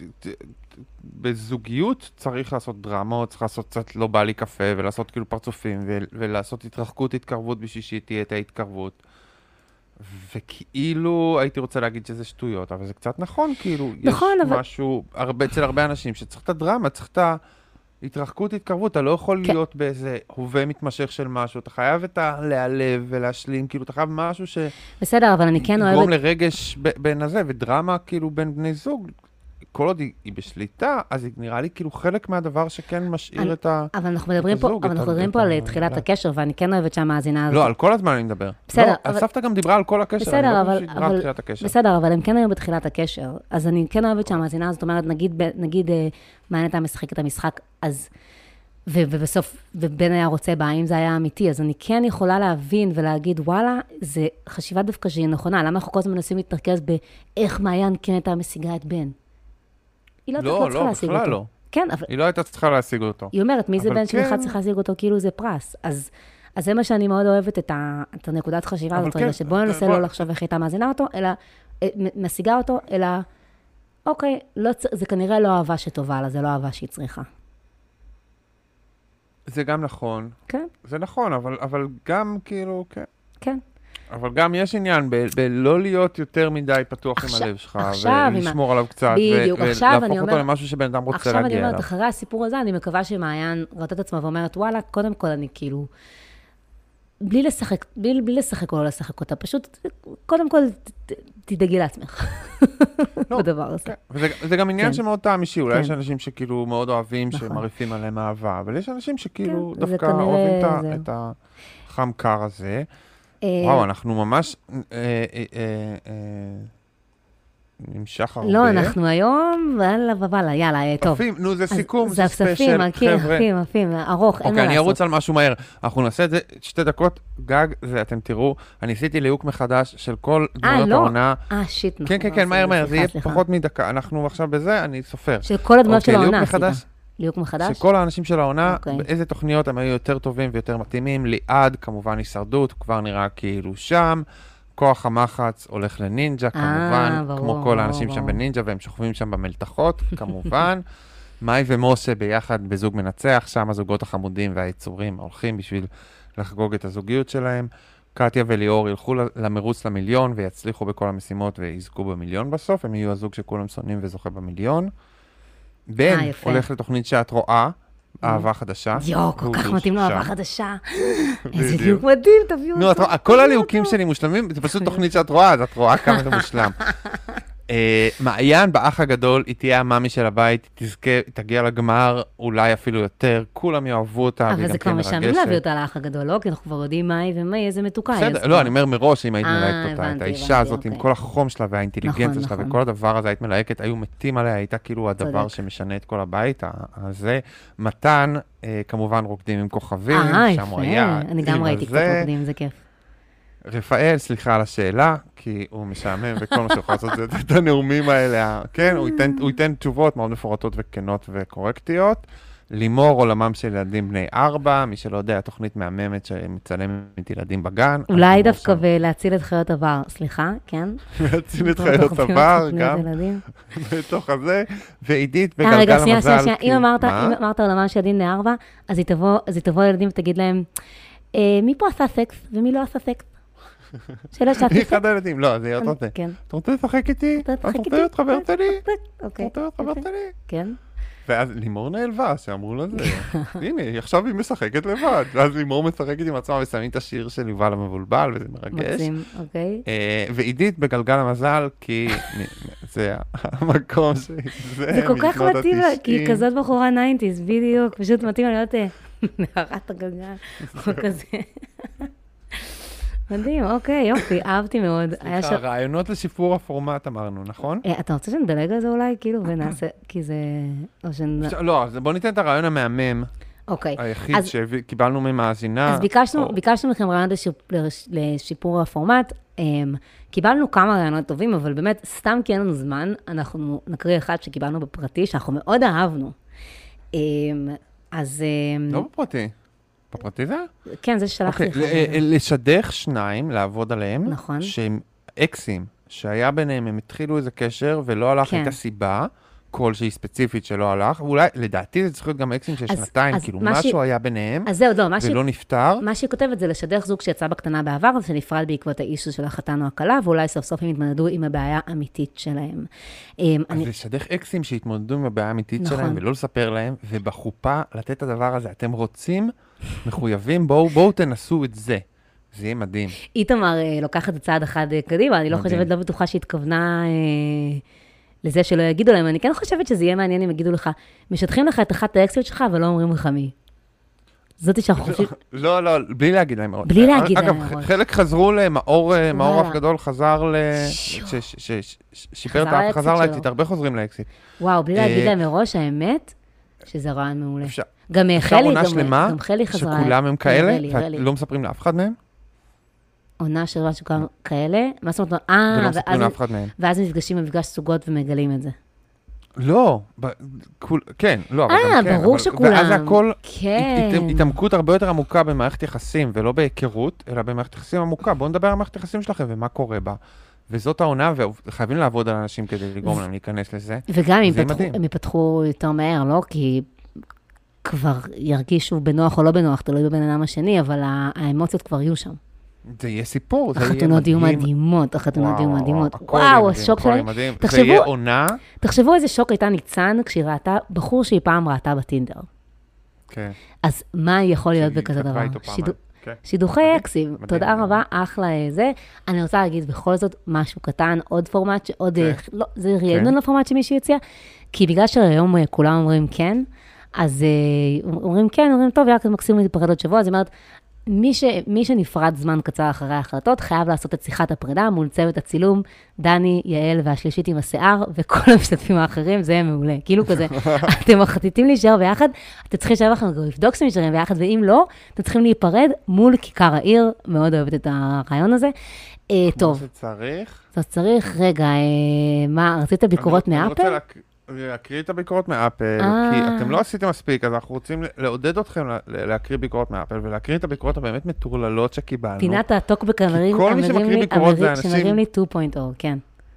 בזוגיות צריך לעשות דרמות, צריך לעשות קצת לא בא לי קפה, ולעשות כאילו פרצופים, ולעשות התרחקות, התקרבות בשביל שהיא תהיה את ההתקרבות. וכאילו, הייתי רוצה להגיד שזה שטויות, אבל זה קצת נכון, כאילו, נכון, יש אבל... משהו, הרבה, אצל הרבה אנשים שצריך את הדרמה, צריך את ההתרחקות, התקרבות, אתה לא יכול כן. להיות באיזה הווה מתמשך של משהו, אתה חייב את הלהלב ולהשלים, כאילו, אתה חייב משהו ש... בסדר, אבל אני כן אוהבת... יגרום לרגש בין הזה, ודרמה כאילו בין בני זוג, כל עוד היא, היא בשליטה, אז היא נראה לי כאילו חלק מהדבר שכן משאיר אני, את הזוג. אבל אנחנו מדברים פה, אבל אנחנו מדברים פה על תחילת הקשר, ואני כן אוהבת שהמאזינה הזאת... לא, על כל הזמן אני מדבר. בסדר, לא, אבל... הסבתא גם דיברה על כל הקשר, בסדר, אני לא אבל... חושב שהיא דיברה על תחילת הקשר. בסדר, אבל הם כן היו בתחילת הקשר, אז אני כן אוהבת שהמאזינה הזאת אומרת, נגיד, נגיד, מעניין אתה משחק את המשחק, אז... ו- ובסוף, ובן היה רוצה בה, אם זה היה אמיתי, אז אני כן יכולה להבין ולהגיד, וואלה, זה חשיבה דווקא שהיא נכונה, למה אנחנו כל הזמן מנסים להתרכז באיך מעיין כן הייתה משיגה את בן? היא לא, לא, לא צריכה לא, להשיג בכלל אותו. לא. כן, אבל... היא לא הייתה צריכה להשיג אותו. היא אומרת, מי זה בן כן... שבכלל צריך להשיג אותו, כאילו זה פרס. אז, אז זה מה שאני מאוד אוהבת את, ה, את הנקודת חשיבה הזאת, כן, רגע, שבואו ננסה בוא... לא לחשוב איך הייתה מאזינה אותו, אלא משיגה אותו, אלא, אוקיי, לא, זה כנראה לא אהבה שטובה לה, זה לא אהבה שהיא צריכה. זה גם נכון. כן. זה נכון, אבל, אבל גם כאילו, כן. כן. אבל גם יש עניין בלא להיות יותר מדי פתוח עם הלב שלך, ולשמור עליו קצת, ולהפוך אותו למשהו שבן אדם רוצה להגיע אליו. עכשיו אני אומרת, אחרי הסיפור הזה, אני מקווה שמעיין ראתה את עצמה ואומרת, וואלה, קודם כל אני כאילו, בלי לשחק, בלי, בלי לשחק או לא לשחק אותה, פשוט, קודם כל, תדאגי לעצמך, בדבר הזה. וזה גם עניין שמאוד טעם אישי, אולי יש אנשים שכאילו מאוד אוהבים, שמריפים עליהם אהבה, אבל יש אנשים שכאילו דווקא אוהבים את החם קר הזה. וואו, אנחנו ממש נמשך הרבה. לא, אנחנו היום, ואללה ובאללה, יאללה, טוב. עפים, נו, זה סיכום, זה ספספים, עפים, עפים, ארוך, אין מה לעשות. אוקיי, אני ארוץ על משהו מהר. אנחנו נעשה את זה שתי דקות, גג, זה אתם תראו, אני עשיתי ליהוק מחדש של כל דמויות העונה. אה, שיט, כן, כן, כן, מהר, מהר, זה יהיה פחות מדקה. אנחנו עכשיו בזה, אני סופר. של כל הדמויות של העונה, סליחה. ליהוק מחדש? שכל האנשים של העונה, okay. באיזה תוכניות הם היו יותר טובים ויותר מתאימים. ליעד, כמובן הישרדות, כבר נראה כאילו שם. כוח המחץ הולך לנינג'ה, כמובן, ברור, כמו כל האנשים ברור, שם ברור. בנינג'ה, והם שוכבים שם במלתחות, כמובן. מאי ומשה ביחד בזוג מנצח, שם הזוגות החמודים והיצורים הולכים בשביל לחגוג את הזוגיות שלהם. קטיה וליאור ילכו למרוץ למיליון ויצליחו בכל המשימות ויזכו במיליון בסוף, הם יהיו הזוג שכולם שונאים וזוכה במיליון. בן הולך לתוכנית שאת רואה, אהבה חדשה. יו, כל כך מתאים לו אהבה חדשה. איזה דיוק מדהים, תביאו אותו. נו, כל הליהוקים שלי מושלמים, זה פשוט תוכנית שאת רואה, אז את רואה כמה זה מושלם. מעיין באח הגדול, היא תהיה המאמי של הבית, תזכה, תגיע לגמר, אולי אפילו יותר, כולם יאהבו אותה. אבל זה כבר משעמם להביא אותה לאח הגדול, לא? כי אנחנו כבר יודעים מאי ומאי, איזה מתוקה. לא, אני אומר מראש, אם היית מלהקת אותה, את האישה הזאת עם כל החום שלה והאינטליגנציה שלה וכל הדבר הזה, היית מלהקת, היו מתים עליה, הייתה כאילו הדבר שמשנה את כל הבית הזה. מתן, כמובן רוקדים עם כוכבים, שם הוא היה. אני גם ראיתי קצת רוקדים, זה כיף. רפאל, סליחה על השאלה, כי הוא משעמם וכל מה שיכול לעשות זה את הנאומים האלה. כן, הוא ייתן, הוא ייתן תשובות מאוד מפורטות וכנות וקורקטיות. לימור, עולמם של ילדים בני ארבע, מי שלא יודע, תוכנית מהממת שמצלמת ילדים בגן. אולי דווקא ולהציל את חיות הבר, סליחה, כן? להציל את חיות הבר, גם. בתוך הזה, ועידית בגלגל המזל. רגע, שנייה, שנייה, אם אמרת עולמם של ילדים בני ארבע, אז היא תבוא לילדים ותגיד להם, מי פה עשה סקס ומי לא עשה סקס? שאלה שעשית? היא אחד הילדים, לא, זה יהיה אותו. כן. אתה רוצה לשחק איתי? אתה רוצה להיות חבר שלי? אוקיי. אתה רוצה להיות חבר שלי? כן. ואז לימור נעלבה, שאמרו לזה, הנה, עכשיו היא משחקת לבד. ואז לימור משחקת עם עצמה ושמים את השיר של יובל המבולבל, וזה מרגש. מקסים, אוקיי. ועידית בגלגל המזל, כי זה המקום ש... זה כל כך מתאים, כי היא כזאת בחורה תשעים, בדיוק, פשוט מתאים להיות נערת הגלגל, או כזה. מדהים, אוקיי, יופי, אהבתי מאוד. סליחה, רעיונות לשיפור הפורמט אמרנו, נכון? אתה רוצה שנדלג על זה אולי, כאילו, ונעשה, כי זה... לא, אז בוא ניתן את הרעיון המהמם. אוקיי. היחיד שקיבלנו ממאזינה. אז ביקשנו מכם רעיונות לשיפור הפורמט. קיבלנו כמה רעיונות טובים, אבל באמת, סתם כי אין לנו זמן, אנחנו נקריא אחד שקיבלנו בפרטי, שאנחנו מאוד אהבנו. אז... לא בפרטי. בפרטי זה? כן, זה שלחתי. לשדך שניים, לעבוד עליהם. נכון. שהם אקסים, שהיה ביניהם, הם התחילו איזה קשר, ולא הלך את הסיבה, כלשהי ספציפית שלא הלך, ואולי, לדעתי זה צריך להיות גם אקסים של שנתיים, כאילו משהו היה ביניהם, ולא נפטר. מה שהיא כותבת זה לשדך זוג שיצא בקטנה בעבר, שנפרד בעקבות האישו של החתן או הקלה, ואולי סוף סוף הם יתמודדו עם הבעיה האמיתית שלהם. אז לשדך אקסים שהתמודדו עם הבעיה האמיתית שלהם, ולא לספר להם, ובחופה לתת את הדבר הזה. אתם רוצים, מחויבים, בואו תנסו את זה. זה יהיה מדהים. איתמר לוקחת את צעד אחד קדימה, אני לא חושבת, לא בטוחה שהתכוונה לזה שלא יגידו להם. אני כן חושבת שזה יהיה מעניין אם יגידו לך, משטחים לך את אחת האקסיות שלך, אבל לא אומרים לך מי. זאתי שאנחנו חושבים... לא, לא, בלי להגיד להם. בלי להגיד להם. אגב, חלק חזרו למאור, מאור אף גדול חזר ל... שיפר את האף, חזר לאקסית, הרבה חוזרים לאקסית. וואו, בלי להגיד להם מראש, האמת, שזה רעיון מעולה. אפשר. גם חלי, גם חלי חזרה. שכולם הם כאלה, ולא מספרים לאף אחד מהם? עונה של משהו כאלה, מה זאת אומרת? אה, ולא מספרים לאף אחד מהם. ואז נפגשים במפגש סוגות ומגלים את זה. לא, כן, לא, אבל גם כן. אה, ברור שכולם. ואז הכל, כן. התעמקות הרבה יותר עמוקה במערכת יחסים, ולא בהיכרות, אלא במערכת יחסים עמוקה. בואו נדבר על מערכת יחסים שלכם ומה קורה בה. וזאת העונה, וחייבים לעבוד על אנשים כדי לגרום להם להיכנס לזה. וגם הם יפתחו יותר מהר, לא? כי כבר ירגישו בנוח או לא בנוח, תלוי בבן אדם השני, אבל האמוציות כבר יהיו שם. זה יהיה סיפור, זה יהיה מדהים. החתונות יהיו מדהימות, החתונות יהיו מדהימות. וואו, השוק שלהם. זה יהיה עונה. תחשבו איזה שוק הייתה ניצן כשהיא ראתה, בחור שהיא פעם ראתה בטינדר. כן. אז מה יכול להיות בכזה דבר? שידוכי אקסים, תודה רבה, אחלה זה. אני רוצה להגיד בכל זאת משהו קטן, עוד פורמט, עוד, לא, זה רעיון לפורמט שמישהו יציע, כי בגלל שהיום כולם אומרים כן, אז אומרים כן, אומרים טוב, יאללה, מקסימום להתפרד עוד שבוע, אז היא אומרת, מי, ש, מי שנפרד זמן קצר אחרי ההחלטות, חייב לעשות את שיחת הפרידה מול צוות הצילום, דני, יעל והשלישית עם השיער, וכל המשתתפים האחרים, זה מעולה. כאילו כזה, אתם מחליטים להישאר ביחד, אתם צריכים להישאר לכם גם לבדוק שאתם נשארים ביחד, ואם לא, אתם צריכים להיפרד מול כיכר העיר, מאוד אוהבת את הרעיון הזה. טוב. כמו שצריך. אז צריך, רגע, מה, רצית ביקורות מאפל? להקריא את הביקורות מאפל, כי אתם לא עשיתם מספיק, אז אנחנו רוצים לעודד אתכם להקריא ביקורות מאפל, ולהקריא את הביקורות הבאמת מטורללות שקיבלנו. פינת הטוקבק שמרים לי שתיים נקודה אפס, כן.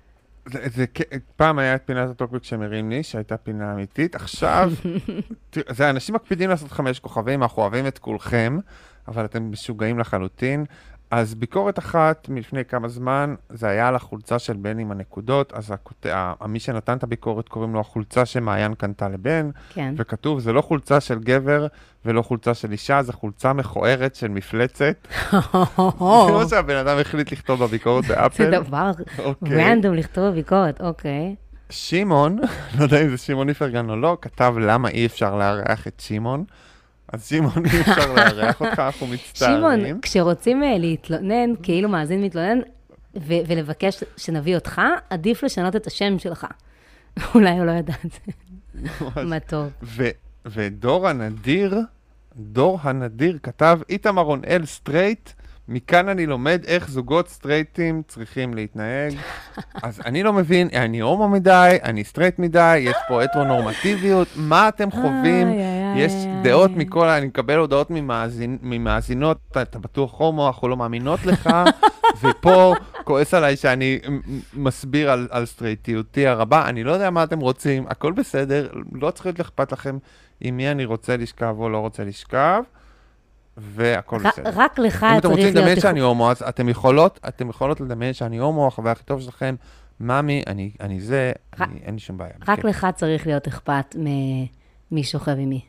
פעם היה את פינת הטוקבק שמרים לי, שהייתה פינה אמיתית, עכשיו, זה אנשים מקפידים לעשות חמש כוכבים, אנחנו אוהבים את כולכם, אבל אתם משוגעים לחלוטין. אז ביקורת אחת מלפני כמה זמן, זה היה על החולצה של בן עם הנקודות, אז הקוטע, מי שנתן את הביקורת קוראים לו החולצה שמעיין קנתה לבן, כן. וכתוב, זה לא חולצה של גבר ולא חולצה של אישה, זה חולצה מכוערת של מפלצת. זה מה שהבן אדם החליט לכתוב בביקורת באפל. זה דבר רנדום לכתוב בביקורת, אוקיי. שימון, לא יודע אם זה שימון איפרגן או לא, כתב למה אי אפשר לארח את שימון. אז שימון, אי אפשר לארח אותך, אנחנו מצטערים. שימון, כשרוצים להתלונן, כאילו מאזין מתלונן, ולבקש שנביא אותך, עדיף לשנות את השם שלך. אולי הוא לא ידע את זה. מה טוב. ודור הנדיר, דור הנדיר כתב, איתמר רונאל סטרייט, מכאן אני לומד איך זוגות סטרייטים צריכים להתנהג. אז אני לא מבין, אני הומו מדי, אני סטרייט מדי, יש פה הטרונורמטיביות, מה אתם חווים? יש דעות מכל, אני מקבל הודעות ממאזינות, אתה בטוח הומו, אנחנו לא מאמינות לך, ופה כועס עליי שאני מסביר על, על סטרייטיותי הרבה, אני לא יודע מה אתם רוצים, הכל בסדר, לא צריך להיות אכפת לכם עם מי אני רוצה לשכב או לא רוצה לשכב, והכל בסדר. רק לך צריך להיות... אם אתם רוצים לדמיין שאני הומו, אז אתם יכולות, אתם יכולות לדמיין שאני הומו, החוויה הכי טוב שלכם, ממי, אני, אני זה, אני, אין לי שום בעיה. רק לך צריך להיות אכפת ממי שוכב עם מי.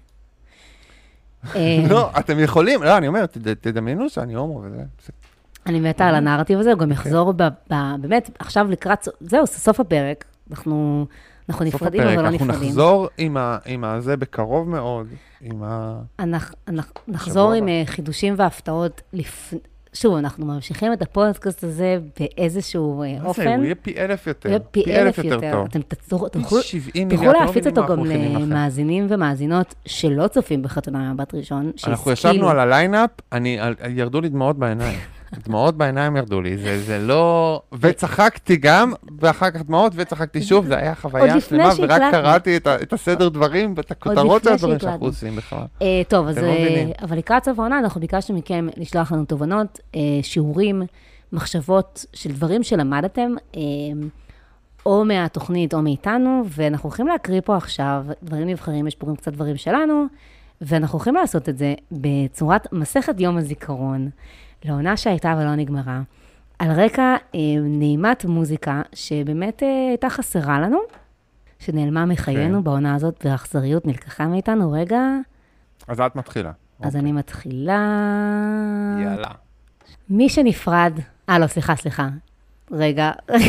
לא, אתם יכולים, לא, אני אומר, תדמיינו שאני הומו וזה. אני מתה על הנרטיב הזה, הוא גם יחזור באמת, עכשיו לקראת, זהו, סוף הפרק, אנחנו נפרדים, אבל לא נפרדים. אנחנו נחזור עם הזה בקרוב מאוד, עם ה... נחזור עם חידושים והפתעות, שוב, אנחנו ממשיכים את הפודקאסט הזה באיזשהו אופן. הוא יהיה פי אלף יותר. יהיה פי אלף יותר. אתם תוכלו להפיץ אותו גם למאזינים ומאזינות שלא צופים בחתונה מבט ראשון. אנחנו ישבנו על הליינאפ, ירדו לי דמעות בעיניים. דמעות בעיניים ירדו לי, זה לא... וצחקתי גם, ואחר כך דמעות, וצחקתי שוב, זה היה חוויה שלמה, ורק קראתי את הסדר דברים, ואת הכותרות של הדברים שאנחנו עושים בכלל. טוב, אבל לקראת סוף העונה, אנחנו ביקשנו מכם לשלוח לנו תובנות, שיעורים, מחשבות של דברים שלמדתם, או מהתוכנית או מאיתנו, ואנחנו הולכים להקריא פה עכשיו, דברים נבחרים, יש פה גם קצת דברים שלנו, ואנחנו הולכים לעשות את זה בצורת מסכת יום הזיכרון, לעונה שהייתה ולא נגמרה, על רקע אה, נעימת מוזיקה שבאמת אה, הייתה חסרה לנו, שנעלמה מחיינו okay. בעונה הזאת, והאכזריות נלקחה מאיתנו. רגע. אז את מתחילה. אז okay. אני מתחילה... יאללה. מי שנפרד... אה, לא, סליחה, סליחה. רגע.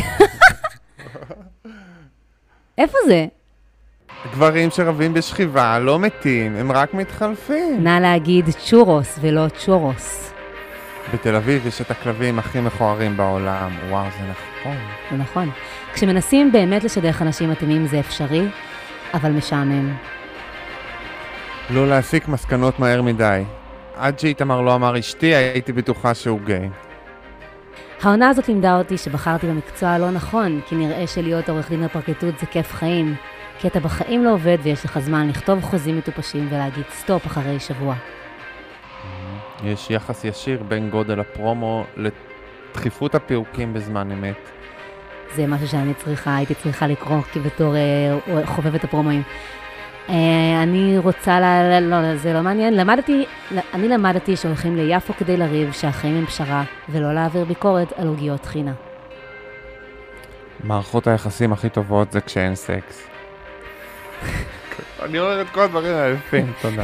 איפה זה? גברים שרבים בשכיבה לא מתים, הם רק מתחלפים. נא להגיד צ'ורוס ולא צ'ורוס. בתל אביב יש את הכלבים הכי מכוערים בעולם. וואו, זה נכון. זה נכון. כשמנסים באמת לשדך אנשים מתאימים זה אפשרי, אבל משעמם. לא להסיק מסקנות מהר מדי. עד שאיתמר לא אמר אשתי, הייתי בטוחה שהוא גיי. העונה הזאת לימדה אותי שבחרתי במקצוע הלא נכון, כי נראה שלהיות עורך דין בפרקליטות זה כיף חיים. כי אתה בחיים לא עובד ויש לך זמן לכתוב חוזים מטופשים ולהגיד סטופ אחרי שבוע. יש יחס ישיר בין גודל הפרומו לדחיפות הפירוקים בזמן אמת. זה משהו שאני צריכה, הייתי צריכה לקרוא כי בתור אה, חובבת הפרומואים. אה, אני רוצה, ל... לא, זה לא מעניין. למדתי, אני למדתי שהולכים ליפו כדי לריב, שהחיים הם פשרה, ולא להעביר ביקורת על עוגיות חינה. מערכות היחסים הכי טובות זה כשאין סקס. אני אומר את כל הדברים היפים, תודה.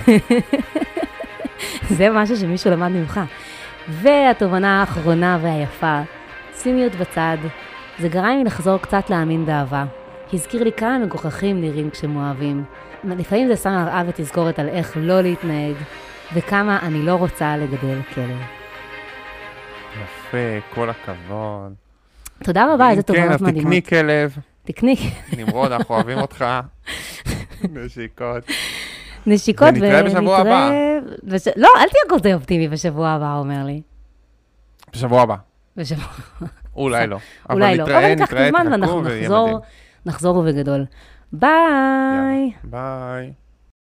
זה משהו שמישהו למד ממך. והתובנה האחרונה והיפה, ציניות בצד, זה גרם לי לחזור קצת להאמין באהבה. הזכיר לי כמה מגוחכים נראים כשהם אוהבים. לפעמים זה שם הרעה ותזכורת על איך לא להתנהג, וכמה אני לא רוצה לגדל כלב. יפה, כל הכבוד. תודה רבה, איזה תובנות מדהימות. כן, אז תקני כלב. תקני. נמרוד, אנחנו אוהבים אותך. נשיקות. נשיקות ונתראה בשבוע הבא. בש... לא, אל תהיה כל זה אופטימי בשבוע הבא, אומר לי. בשבוע הבא. בשבוע... אולי לא. אולי לא. אבל ניקח את הזמן ואנחנו נחזור, נחזור ובגדול. ביי. ביי.